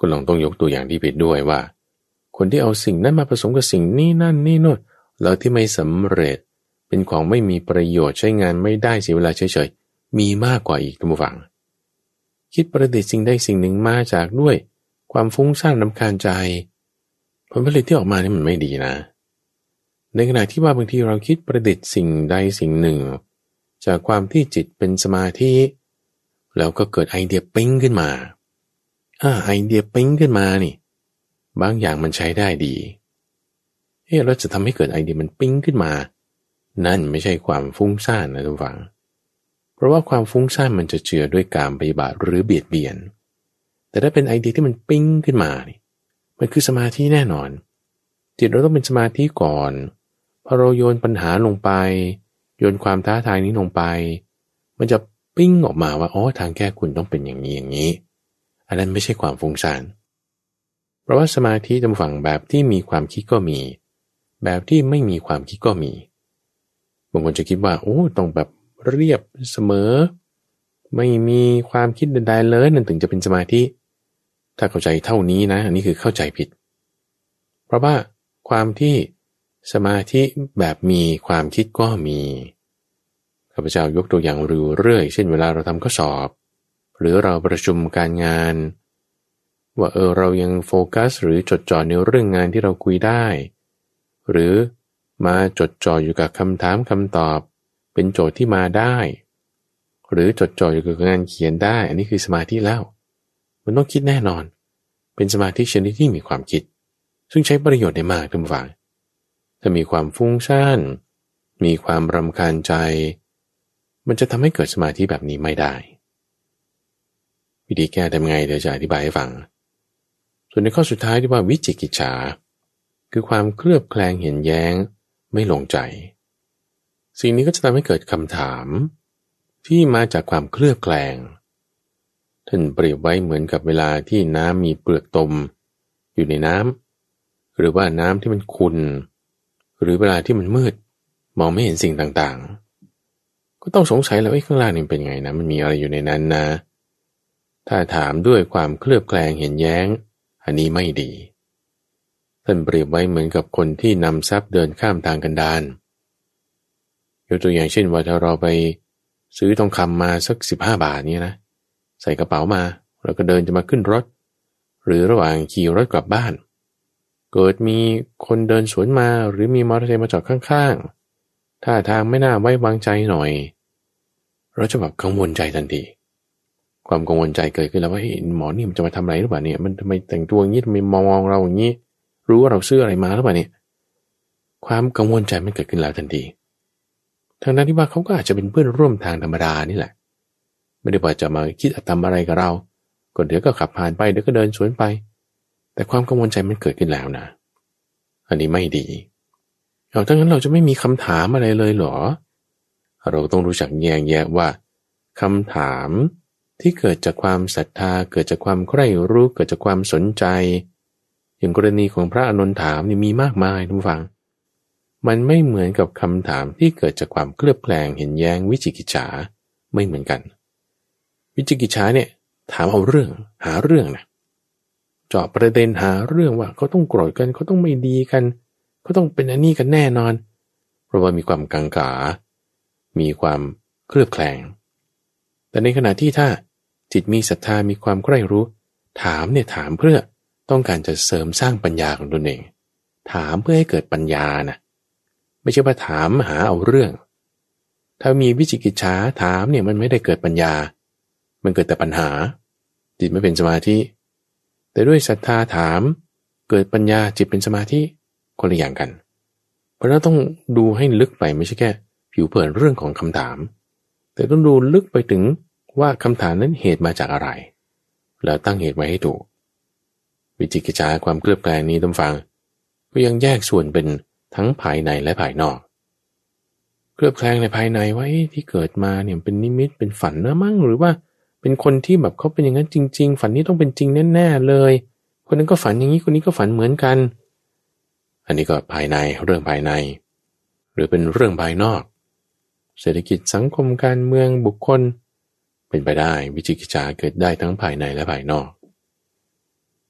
Speaker 1: ก็ลองต้องยกตัวอย่างที่ผิดด้วยว่าคนที่เอาสิ่งนั้นมาผสมกับสิ่งนี้นั่นนี่โน่นแล้วที่ไม่สำเร็จเป็นของไม่มีประโยชน์ใช้งานไม่ได้เสียเวลาเฉยๆมีมากกว่าอีกท่านผู้ฟังคิดประดิษฐ์สิ่งใดสิ่งหนึ่งมาจากด้วยความฟุ้งซ่านรำคาญใจผลผลิตที่ออกมานี่มันไม่ดีนะในขณะที่ว่าบางทีเราคิดประดิษฐ์สิ่งใดสิ่งหนึ่งจากความที่จิตเป็นสมาธิแล้วก็เกิดไอเดียปิ๊งขึ้นมาไอเดียปิ๊งขึ้นมานี่บางอย่างมันใช้ได้ดีเราจะทำให้เกิดไอเดียมันปิ๊งขึ้นมานั่นไม่ใช่ความฟุ้งซ่านนะทุกฝังเพราะว่าความฟุ้งซ่านมันจะเจือด้วยกามพยาบาทหรือเบียดเบียนแต่ถ้าเป็นไอเดียที่มันปิ๊งขึ้นมานี่มันคือสมาธิแน่นอนจิตเราต้องเป็นสมาธิก่อนพอเราโยนปัญหาลงไปโยนความท้าทายนี้ลงไปมันจะปิ้งออกมาว่าทางแก้คุณต้องเป็นอย่างนี้อย่างนี้อันนั้นไม่ใช่ความฟุ้งซ่านเพราะว่าสมาธิจำฝั่งแบบที่มีความคิดก็มีแบบที่ไม่มีความคิดก็มีบางคนจะคิดว่าต้องแบบเรียบเสมอไม่มีความคิดใดๆเลยนั่นถึงจะเป็นสมาธิถ้าเข้าใจเท่านี้นะอันนี้คือเข้าใจผิดเพราะว่าความที่สมาธิแบบมีความคิดก็มีข้าพเจ้ายกตัวอย่างเรื่อยเช่นเวลาเราทำข้อสอบหรือเราประชุมการงานว่าเรายังโฟกัสหรือจดจ่อในเรื่องงานที่เราคุยได้หรือมาจดจ่ออยู่กับคำถามคำตอบเป็นโจทย์ที่มาได้หรือจดจ่ออยู่กับงานเขียนได้อันนี้คือสมาธิแล้วมันต้องคิดแน่นอนเป็นสมาธิชนิดที่มีความคิดซึ่งใช้ประโยชน์ได้มากท่านผู้ฟังถ้ามีความฟุ้งซ่านมีความรำคาญใจมันจะทำให้เกิดสมาธิแบบนี้ไม่ได้วิธีแก้ทำไงเดี๋ยวจะอธิบายให้ฟังส่วนในข้อสุดท้ายที่ว่าวิจิกิจฉาคือความเคลือบแคลงเห็นแย้งไม่ลงใจสิ่งนี้ก็จะทำให้เกิดคำถามที่มาจากความเคลือบแคลงท่านเปรียบไว้เหมือนกับเวลาที่น้ำมีเปลือกตมอยู่ในน้ำหรือว่าน้ำที่มันขุ่นหรือเวลาที่มันมืดมองไม่เห็นสิ่งต่างๆก็ต้องสงสัยแล้วข้างล่างนี่เป็นไงนะมันมีอะไรอยู่ในนั้นนะถ้าถามด้วยความเคลือบแคลงเห็นแย้งอันนี้ไม่ดีท่านเปรียบไว้เหมือนกับคนที่นำทรัพย์เดินข้ามทางกันดารยกตัวอย่างเช่นว่าถ้าเราไปซื้อทองคำมาสัก15 บาทนี่นะใส่กระเป๋ามาแล้วก็เดินจะมาขึ้นรถหรือระหว่างขี่รถกลับบ้านเกิดมีคนเดินสวนมาหรือมีมอเตอร์ไซค์มาจอดข้างๆท่าทางไม่น่าไว้วางใจหน่อยเราจะแบบกังวลใจทันทีความกังวลใจเกิดขึ้นแล้วว่าหมอนี่มันจะมาทำอะไรหรือเปล่าเนี่ยมันทำไมแต่งตัวอย่างนี้ทำไมมองเราอย่างนี้รู้ว่าเราซื้ออะไรมาหรือเปล่าเนี่ยความกังวลใจมันเกิดขึ้นแล้วทันทีทางนั้นที่ว่าเขาก็อาจจะเป็นเพื่อนร่วมทางธรรมดานี่แหละไม่ได้ว่าจะมาคิดทำอะไรกับเราก็เดี๋ยวก็ขับผ่านไปเดี๋ยวก็เดินสวนไปแต่ความกังวลใจมันเกิดขึ้นแล้วนะอันนี้ไม่ดีถ้างั้นเราจะไม่มีคำถามอะไรเลยเหรอเราต้องรู้จักแยกแยะว่าคำถามที่เกิดจากความศรัทธาเกิดจากความใคร่รู้เกิดจากความสนใจอย่างกรณีของพระอานนท์ถามนี่มีมากมายทุกฟังมันไม่เหมือนกับคำถามที่เกิดจากความเคลือบแคลงเห็นแย้งวิจิกิจฉาไม่เหมือนกันวิจิกิจฉาเนี่ยถามเอาเรื่องหาเรื่องนะเจาะประเด็นหาเรื่องว่าเขาต้องโกรธกันเขาต้องไม่ดีกันเขาต้องเป็นอันนี้กันแน่นอนเพราะว่ามีความกังขามีความเคลือบแคลงแต่ในขณะที่ถ้าจิตมีศรัทธามีความใคร่รู้ถามเนี่ยถามเพื่อต้องการจะเสริมสร้างปัญญาของตนเองถามเพื่อให้เกิดปัญญานะไม่ใช่ว่าถามหาเอาเรื่องถ้ามีวิจิกิจฉาถามเนี่ยมันไม่ได้เกิดปัญญามันเกิดแต่ปัญหาจิตไม่เป็นสมาธิแต่ด้วยศรัทธาถามเกิดปัญญาจิตเป็นสมาธิคนละอย่างกันเพราะเราต้องดูให้ลึกไปไม่ใช่แค่ผิวเผินเรื่องของคำถามแต่ต้องดูลึกไปถึงว่าคำถามนั้นเหตุมาจากอะไรแล้วตั้งเหตุไว้ให้ถูกวิจิกิจฉาความเคลือบแคลงนี้ท่านฟังก็ยังแยกส่วนเป็นทั้งภายในและภายนอกเคลือบแคลงในภายในว่าที่เกิดมาเนี่ยเป็นนิมิตเป็นฝันนะมั้งหรือว่าเป็นคนที่แบบเขาเป็นอย่างนั้นจริงๆฝันนี้ต้องเป็นจริงแน่ๆเลยคนนั้นก็ฝันอย่างนี้คนนี้ก็ฝันเหมือนกันอันนี้ก็ภายในเรื่องภายในหรือเป็นเรื่องภายนอกเศรษฐกิจสังคมการเมืองบุคคลเป็นไปได้วิจิกิจฉาเกิดได้ทั้งภายในและภายนอก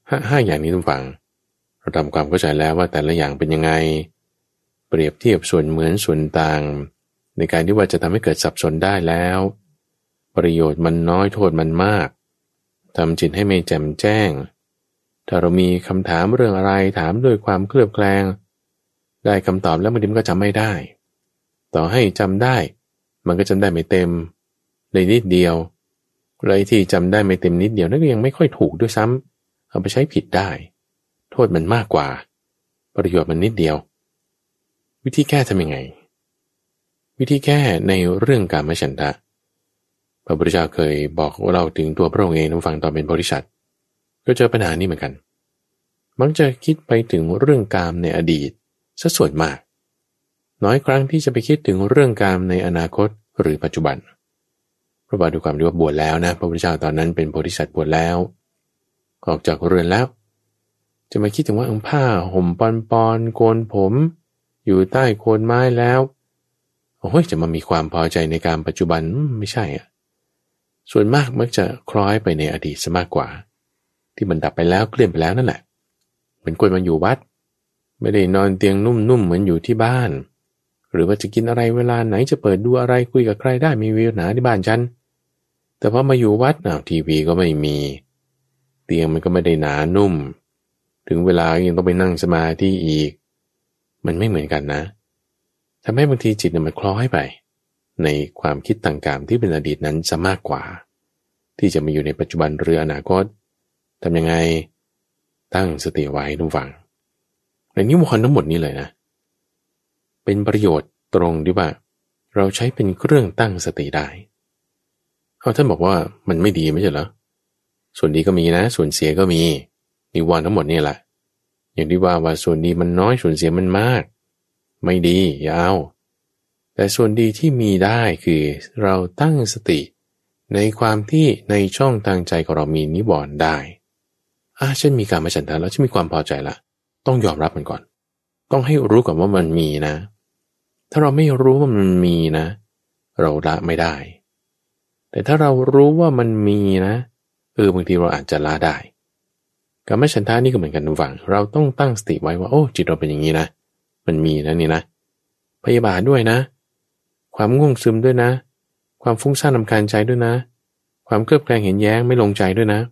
Speaker 1: ห้าอย่างนี้ทุกฝั่งเราทำความเข้าใจแล้วว่าแต่ละอย่างเป็นยังไงเปรียบเทียบส่วนเหมือนส่วนต่างในการที่ว่าจะทำให้เกิดสับสนได้แล้วประโยชน์มันน้อยโทษมันมากทำจิตให้ไม่แจ่มแจ้งถ้าเรามีคำถามเรื่องอะไรถามด้วยความเคลือบแคลงได้คำตอบแล้วบางทีมันก็จำไม่ได้ต่อให้จำได้มันก็จำได้ไม่เต็มเลยนิดเดียวเลยที่จำได้ไม่เต็มนิดเดียวนั่นก็ยังไม่ค่อยถูกด้วยซ้ำเอาไปใช้ผิดได้โทษมันมากกว่าประโยชน์มันนิดเดียววิธีแก้ทำยังไงวิธีแก้ในเรื่องกามฉันทะพระพุทธเจ้าเคยบอกเราถึงตัวพระองค์เองท่านฟังตอนเป็นโพธิสัตว์ก็เจอปัญหานี้เหมือนกันมักจะคิดไปถึงเรื่องกามในอดีตซะส่วนมากน้อยครั้งที่จะไปคิดถึงเรื่องกามในอนาคตหรือปัจจุบันเพราะว่าด้วยความที่ว่าบวชแล้วนะพระพุทธเจ้าตอนนั้นเป็นโพธิสัตว์บวชแล้วออกจากเรือนแล้วจะมาคิดถึงว่าผ้าห่มปอนโกนผมอยู่ใต้โคนไม้แล้วโอ้ยจะมามีความพอใจในการปัจจุบันไม่ใช่อ่ะส่วนมากมักจะคล้อยไปในอดีตซะมากกว่าที่มันดับไปแล้วเคลื่อนไปแล้วนั่นแหละเหมือนคนมาอยู่วัดไม่ได้นอนเตียงนุ่มๆเหมือนอยู่ที่บ้านหรือว่าจะกินอะไรเวลาไหนจะเปิดดูอะไรคุยกับใครได้มีวิวหนาที่บ้านฉันแต่พอมาอยู่วัดทีวีก็ไม่มีเตียงมันก็ไม่ได้หนานุ่มถึงเวลายังต้องไปนั่งสมาธิอีกมันไม่เหมือนกันนะทำให้บางทีจิตมันคล้อยไปในความคิดต่างๆที่เป็นอดีตนั้นจะมากกว่าที่จะมาอยู่ในปัจจุบันหรืออนาคตทำยังไงตั้งสติไว้ทุกฝั่งในนิวรณ์ทั้งหมดนี้เลยนะเป็นประโยชน์ตรงที่ว่าเราใช้เป็นเครื่องตั้งสติได้ท่านบอกว่ามันไม่ดีไม่ใช่เหรอส่วนดีก็มีนะส่วนเสียก็มีนิวรณ์ทั้งหมดนี่แหละอย่างที่ว่าส่วนดีมันน้อยส่วนเสียมันมากไม่ดีอย่าเอาแต่ส่วนดีที่มีได้คือเราตั้งสติในความที่ในช่องทางใจของเรามีนิวรณ์ได้ฉันมีการมาฉันทะแล้วฉันมีความพอใจละต้องยอมรับมันก่อนต้องให้รู้ก่อนว่ามันมีนะถ้าเราไม่รู้ว่ามันมีนะเราละไม่ได้แต่ถ้าเรารู้ว่ามันมีนะบางทีเราอาจจะละได้การมาฉันทะนี่ก็เหมือนกันทุกฝั่งเราต้องตั้งสติไว้ว่าโอ้จิตเราเป็นอย่างนี้นะมันมีนะนี่นะพยาบาทด้วยนะความง่วงซึมด้วยนะความฟุ้งซ่านรำคาญใจด้วยนะความเคลือบแคลงเห็นแย้งไม่ลงใจด้วยนะ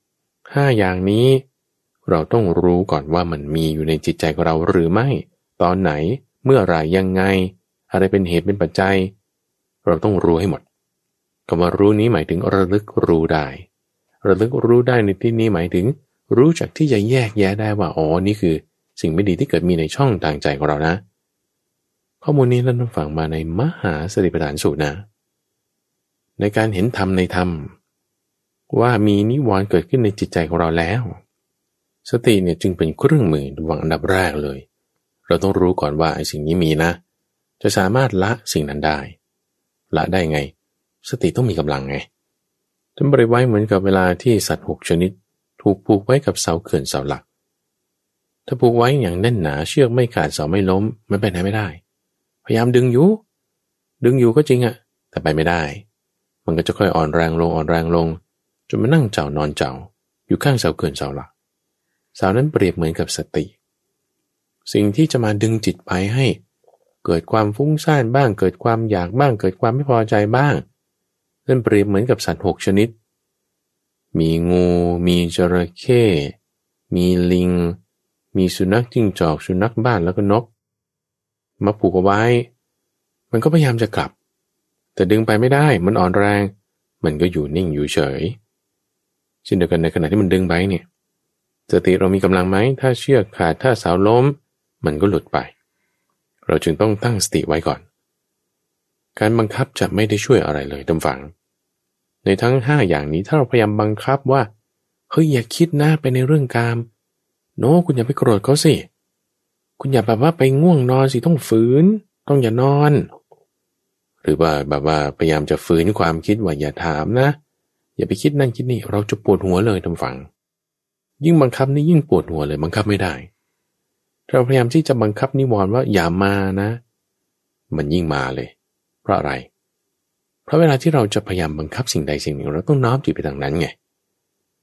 Speaker 1: 5อย่างนี้เราต้องรู้ก่อนว่ามันมีอยู่ในจิตใจของเราหรือไม่ตอนไหนเมื่อไหร่ยังไงอะไรเป็นเหตุเป็นปัจจัยเราต้องรู้ให้หมดคำว่ารู้นี้หมายถึงระลึกรู้ได้ระลึกรู้ได้ในที่นี้หมายถึงรู้จักที่จะแยกแยะได้ว่านี่คือสิ่งไม่ดีที่เกิดมีในช่องทางใจของเรานะข้อมูลนี้เรานำฟังมาในมหาสติปัฏฐานสูตรนะในการเห็นธรรมในธรรมว่ามีนิวรณ์เกิดขึ้นในจิตใจของเราแล้วสติเนี่ยจึงเป็นเครื่องมือวางอันดับแรกเลยเราต้องรู้ก่อนว่าไอ้สิ่งนี้มีนะจะสามารถละสิ่งนั้นได้ละได้ไงสติต้องมีกำลังไงท่านบริไว้เหมือนกับเวลาที่สัตว์6ชนิดถูกผูกไว้กับเสาเขื่อนเสาหลักถ้าผูกไว้อย่างแน่นหนาเชือกไม่ขาดเสาไม่ล้มมันไปไหนไม่ได้พยายามดึงอยู่ก็จริงแต่ไปไม่ได้มันก็จะค่อยอ่อนแรงลงจนมานั่งเจ้านอนเจ้าอยู่ข้างเสาเขื่อนเสาหลักเสานั้นเปรียบเหมือนกับสติสิ่งที่จะมาดึงจิตไปให้เกิดความฟุ้งซ่านบ้างเกิดความอยากบ้างเกิดความไม่พอใจบ้างนั่นเปรียบเหมือนกับสัตว์6ชนิดมีงูมีจระเข้มีลิงมีสุนัขจิ้งจอกสุนัขบ้านแล้วก็นกมาผูกเอาไว้มันก็พยายามจะกลับแต่ดึงไปไม่ได้มันอ่อนแรงมันก็อยู่นิ่งอยู่เฉยเช่นเดียวกันในขณะที่มันดึงไปเนี่ยสติเรามีกำลังไหมถ้าเชือกขาดถ้าเสาล้มมันก็หลุดไปเราจึงต้องตั้งสติไว้ก่อนการบังคับจะไม่ได้ช่วยอะไรเลยท่านฟังในทั้ง5อย่างนี้ถ้าเราพยายามบังคับว่าเฮ้ยอย่าคิดนะไปในเรื่องกามคุณอย่าไปโกรธเขาสิคุณอย่าแบบว่าไปง่วงนอนสิต้องฝืนต้องอย่านอนหรือว่าแบบว่าพยายามจะฝืนความคิดว่าอย่าถามนะอย่าไปคิดนั่นคิดนี่เราจะปวดหัวเลยท่านฟังยิ่งบังคับนี่ยิ่งปวดหัวเลยบังคับไม่ได้เราพยายามที่จะบังคับนิวรณ์ว่าอย่ามานะมันยิ่งมาเลยเพราะอะไรเพราะเวลาที่เราจะพยายามบังคับสิ่งใดสิ่งหนึ่งเราต้องน้อมจิตไปทางนั้นไง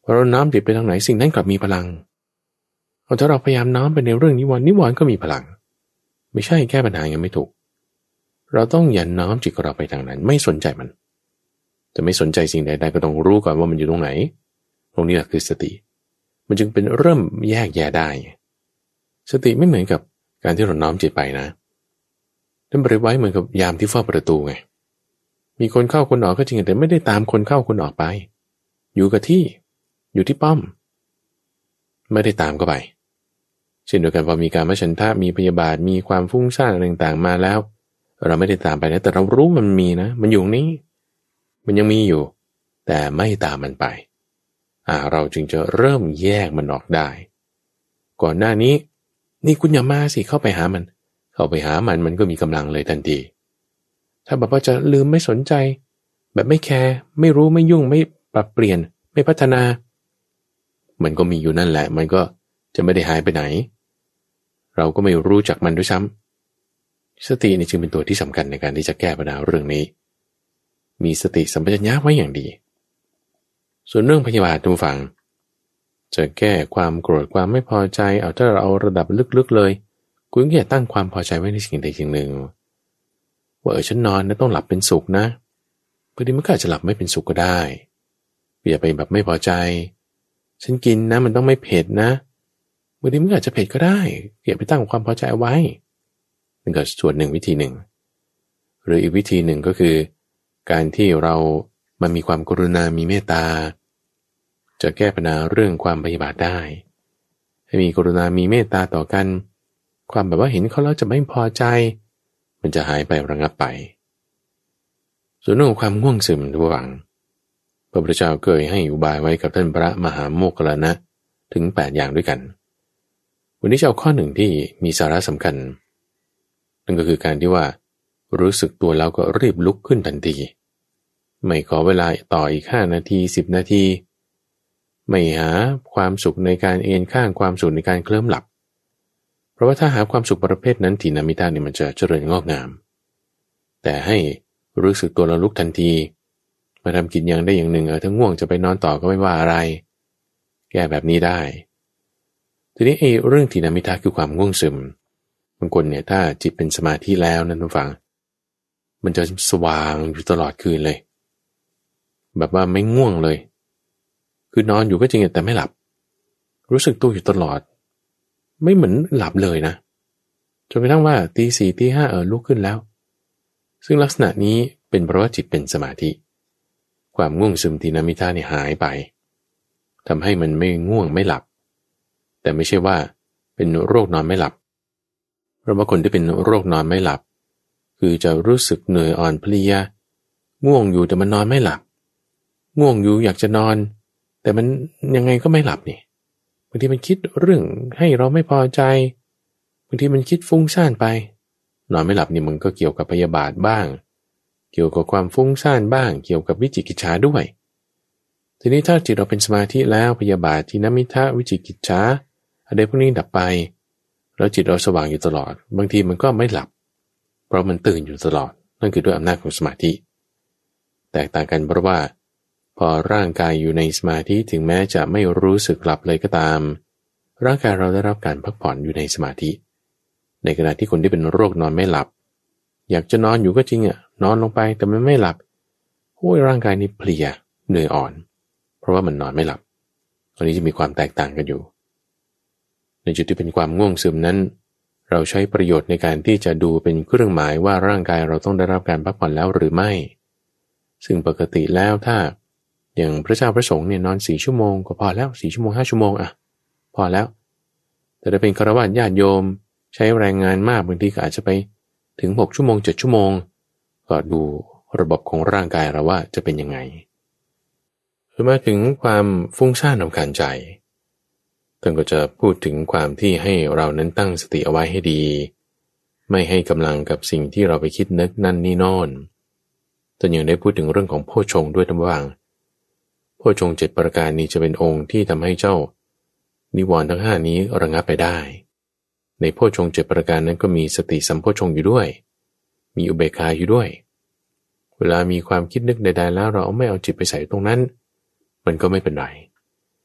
Speaker 1: พอเราน้อมจิตไปทางไหนสิ่งนั้นกลับมีพลังเอาถ้าเราพยายามน้อมไปในเรื่องนิวรณ์ก็มีพลังไม่ใช่แก้ปัญหายังไม่ถูกเราต้องอย่าน้อมจิตของเราไปทางนั้นไม่สนใจมันจะไม่สนใจสิ่งใดๆก็ต้องรู้ก่อนว่ามันอยู่ตรงไหนตรงนี้แหละคือสติมันจึงเป็นเริ่มแยกแยะได้สติไม่เหมือนกับการที่เราน้อมจิตไปนะท่านเปรียบไว้เหมือนกับยามที่เฝ้าประตูไงมีคนเข้าคนออกก็จริงแต่ไม่ได้ตามคนเข้าคนออกไปอยู่กับที่อยู่ที่ป้อมไม่ได้ตามก็ไปเช่นเดียวกันพอมีการมฉันทะมีพยาบาทมีความฟุ้งซ่านอะไรต่างๆมาแล้วเราไม่ได้ตามไปนะแต่เรารู้มันมีนะมันอยู่นี่มันยังมีอยู่แต่ไม่ตามมันไปเราจึงจะเริ่มแยกมันออกได้ก่อนหน้านี้นี่คุณอย่ามาสิเข้าไปหามันมันก็มีกำลังเลยทันทีถ้าแบบว่าจะลืมไม่สนใจแบบไม่แคร์ไม่รู้ไม่ยุ่งไม่ปรับเปลี่ยนไม่พัฒนามันก็มีอยู่นั่นแหละมันก็จะไม่ได้หายไปไหนเราก็ไม่รู้จักมันด้วยซ้ำสตินี่จึงเป็นตัวที่สำคัญในการที่จะแก้ปัญหาเรื่องนี้มีสติสัมปชัญญะไว้อย่างดีส่วนเรื่องพยาบาททุกฝั่งจะแก้ความโกรธความไม่พอใจเอาถ้าเราเอาระดับลึกๆเลยคุณก็อย่าตั้งความพอใจไว้ในสิ่งใดสิ่งหนึ่งว่าฉันนอนนะต้องหลับเป็นสุขนะบางทีมันก็อาจจะหลับไม่เป็นสุขก็ได้อย่าไปแบบไม่พอใจฉันกินนะมันต้องไม่เผ็ดนะบางทีมันอาจจะเผ็ดก็ได้อย่าไปตั้งความพอใจเอาไว้นั่นก็ส่วนหนึ่งวิธีหนึ่งหรืออีกวิธีหนึ่งก็คือการที่เรามันมีความกรุณามีเมตตาจะแก้ปัญหาเรื่องความพยาบาทได้ให้มีกรุณามีเมตตาต่อกันความแบบว่าเห็นเขาแล้วจะไม่พอใจมันจะหายไประงับไปส่วนเรื่องของความง่วงซึมระหว่างพระพุทธเจ้าเคยให้อุบายไว้กับท่านพระมหาโมคคัลลานะถึง8อย่างด้วยกันวันนี้จะเอาข้อหนึ่งที่มีสาระสำคัญนั่นก็คือการที่ว่ารู้สึกตัวแล้วก็รีบลุกขึ้นทันทีไม่ขอเวลาต่ออีก5 นาที10 นาทีไม่หาความสุขในการเอนข้างความสุขในการเคลิ้มหลับเพราะว่าถ้าหาความสุขประเภทนั้นถีนมิทาเนี่ยมันจะเจริญงอกงามแต่ให้รู้สึกตัวแล้วลุกทันทีมาทำกิจอย่างได้อย่างหนึ่งถ้าง่วงจะไปนอนต่อก็ไม่ว่าอะไรแก้แบบนี้ได้ทีนี้เรื่องถีนมิทาคือความง่วงซึมบางคนเนี่ยถ้าจิตเป็นสมาธิแล้วนั้นทุกฝังมันจะสว่างอยู่ตลอดคืนเลยแบบว่าไม่ง่วงเลยคือนอนอยู่ก็จริงแต่ไม่หลับรู้สึกตัวอยู่ตลอดไม่เหมือนหลับเลยนะจนกระทั่งว่าตี 4 ตี 5ลุกขึ้นแล้วซึ่งลักษณะนี้เป็นเพราะว่าจิตเป็นสมาธิความง่วงซึมถีนมิทาเนี่ยหายไปทำให้มันไม่ง่วงไม่หลับแต่ไม่ใช่ว่าเป็นโรคนอนไม่หลับเพราะว่าคนที่เป็นโรคนอนไม่หลับคือจะรู้สึกเหนื่อยอ่อนเพลียง่วงอยู่แต่มันนอนไม่หลับง่วงอยู่อยากจะนอนแต่มันยังไงก็ไม่หลับนี่บางทีมันคิดเรื่องให้เราไม่พอใจบางทีมันคิดฟุ้งซ่านไปนอนไม่หลับนี่มันก็เกี่ยวกับพยาบาทบ้างเกี่ยวกับความฟุ้งซ่านบ้างเกี่ยวกับวิจิกิจฉาด้วยทีนี้ถ้าจิตเราเป็นสมาธิแล้วพยาบาทถีนมิทะวิจิกิจฉาอะไรพวกนี้ดับไปแล้วจิตเราสว่างอยู่ตลอดบางทีมันก็ไม่หลับเพราะมันตื่นอยู่ตลอดนั่นคือด้วยอำนาจของสมาธิแตกต่างกันเพราะว่าพอร่างกายอยู่ในสมาธิถึงแม้จะไม่รู้สึกหลับเลยก็ตามร่างกายเราได้รับการพักผ่อนอยู่ในสมาธิในขณะที่คนที่เป็นโรคนอนไม่หลับอยากจะนอนอยู่ก็จริงนอนลงไปแต่มันไม่หลับร่างกายนี้เพลียเหนื่อยอ่อนเพราะว่ามันนอนไม่หลับตอนนี้จะมีความแตกต่างกันอยู่ในจุดที่เป็นความง่วงซึมนั้นเราใช้ประโยชน์ในการที่จะดูเป็นเครื่องหมายว่าร่างกายเราต้องได้รับการพักผ่อนแล้วหรือไม่ซึ่งปกติแล้วถ้าอย่างพระเจ้าพระสงฆ์เนี่ยนอน4 ชั่วโมงก็พอแล้ว4 ชั่วโมง5 ชั่วโมงพอแล้วแต่ถ้าเป็นฆราวาสญาติโยมใช้แรงงานมากบางทีก็อาจจะไปถึง6 ชั่วโมง7 ชั่วโมงก็ดูระบบของร่างกายเราว่าจะเป็นยังไงมาถึงความฟุ้งซ่านรำคาญใจท่านก็จะพูดถึงความที่ให้เรานั้นตั้งสติเอาไว้ให้ดีไม่ให้กำลังกับสิ่งที่เราไปคิดนึกนั่นนี่โน่นท่านยังได้พูดถึงเรื่องของโพชฌงค์ด้วยทั้งว่าโพชฌงค์7 ประการนี้จะเป็นองค์ที่ทำให้เจ้านิวรณ์ทั้ง5นี้ระงับไปได้ในโพชฌงค์7 ประการนั้นก็มีสติสัมโพชฌงค์อยู่ด้วยมีอุเบกขาอยู่ด้วยเวลามีความคิดนึกใดๆแล้วเราไม่เอาจิตไปใส่ตรงนั้นมันก็ไม่เป็นไร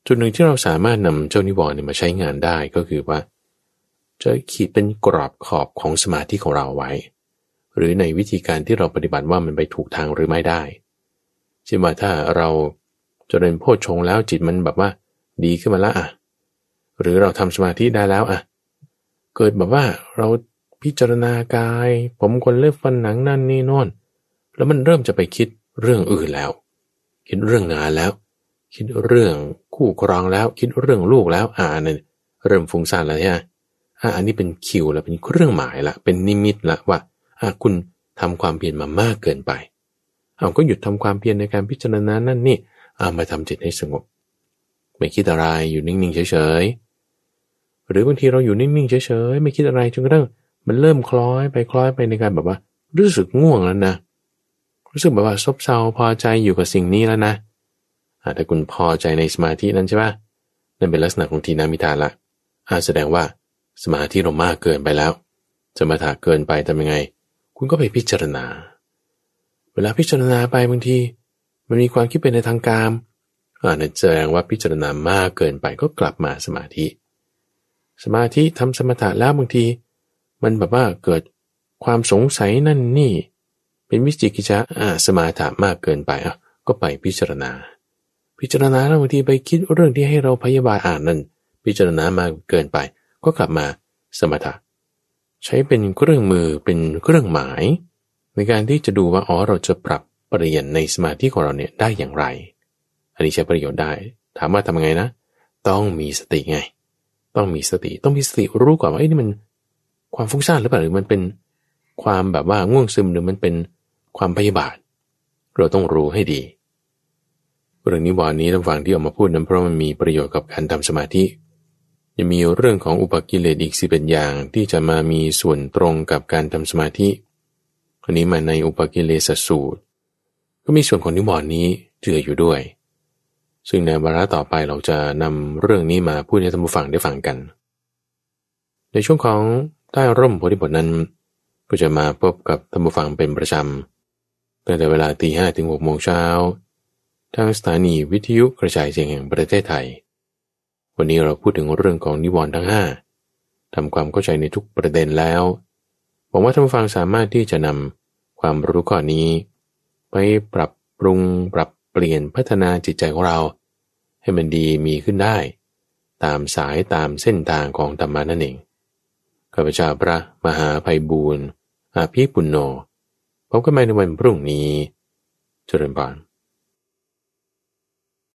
Speaker 1: จุดหนึ่งที่เราสามารถนำเจ้านิวรณ์มาใช้งานได้ก็คือว่าจะขีดเป็นกรอบขอบของสมาธิของเราไว้หรือในวิธีการที่เราปฏิบัติว่ามันไปถูกทางหรือไม่ได้เช่นว่าถ้าเราเจริญโพชฌงค์แล้วจิตมันแบบว่าดีขึ้นมาแล้วอ่ะหรือเราทำสมาธิได้แล้วอ่ะเกิดแบบว่าเราพิจารณากายผมขนเล็บฟันหนังนั่นนี่โน่นแล้วมันเริ่มจะไปคิดเรื่องอื่นแล้วคิดเรื่องงานแล้วคิดเรื่องคู่ครองแล้วคิดเรื่องลูกแล้วนั่นเริ่มฟุ้งซ่านแล้วใช่ไหมอันนี้เป็นคิวแล้วเป็นเครื่องหมายละเป็นนิมิตละว่าคุณทำความเพียรมามากเกินไปก็หยุดทำความเพียรในการพิจารณานั่นนี่มาทำจิตให้สงบไม่คิดอะไรอยู่นิ่งๆเฉยๆหรือบางทีเราอยู่นิ่งๆเฉยๆไม่คิดอะไรจนกระทั่งมันเริ่มคล้อยไปในการแบบว่ารู้สึกง่วงแล้วนะรู้สึกแบบว่าซบเซาพอใจอยู่กับสิ่งนี้แล้วนะถ้าคุณพอใจในสมาธินั้นใช่ปะนั่นเป็นลักษณะของทีนามิทาละแสดงว่าสมาธิเรามากเกินไปแล้วสมถะเกินไปทำยังไงคุณก็ไปพิจารณาเวลาพิจารณาไปบางทีมันมีความคิดเป็นในทางกามนั่นแสดงว่าพิจารณามากเกินไปก็กลับมาสมาธิทำสมถะแล้วบางทีมันแบบว่าเกิดความสงสัยนั่นนี่เป็นวิจิกิจฉาสมาธิมากเกินไปก็ไปพิจารณาแล้วบางทีไปคิดเรื่องที่ให้เราพยาบาทนั่นพิจารณามากเกินไปก็กลับมาสมถะใช้เป็นเครื่องมือเป็นเครื่องหมายในการที่จะดูว่าเราจะปรับเปลี่ยนในสมาธิของเราเนี่ยได้อย่างไรอันนี้ใช้ประโยชน์ได้ถามว่าทำยังไงนะต้องมีสติไงต้องมีสติรู้ก่อนว่านี่มันความฟุ้งซ่านหรือเปล่าหรือมันเป็นความแบบว่าง่วงซึมหรือมันเป็นความพยาบาทเราต้องรู้ให้ดีเรื่องนิวรณ์นี้ท่านฟังที่ออกมาพูดนั้นเพราะมันมีประโยชน์กับการทำสมาธิยังมีเรื่องของอุปกิเลสอีก11อย่างที่จะมามีส่วนตรงกับการทำสมาธิอันนี้มาในอุปกิเลสสูตรก็มีส่วนของนิวรณ์นี้เจืออยู่ด้วยซึ่งในวาระต่อไปเราจะนำเรื่องนี้มาพูดให้ท่านผู้ฟังได้ฟังกันในช่วงของใต้ร่มโพธิบทนั้นก็จะมาพบกับท่านผู้ฟังเป็นประจำตั้งแต่เวลา 5:00 ถึง 6:00 น.ทางสถานีวิทยุกระจายเสียงแห่งประเทศไทยวันนี้เราพูดถึงเรื่องของนิวรณ์ทั้ง5ทำความเข้าใจในทุกประเด็นแล้วหวังว่าท่านผู้ฟังสามารถที่จะนำความรู้ข้อนี้ไปปรับปรุงปรับเปลี่ยนพัฒนาจิตใจของเราให้มันดีมีขึ้นได้ตามสายตามเส้นทางของธรรมะนั่นเองข้าพเจ้าพระมหาไพบูลย์อาภีปุณโญพบกันใหม่ในวันพรุ่งนี้เจริญพร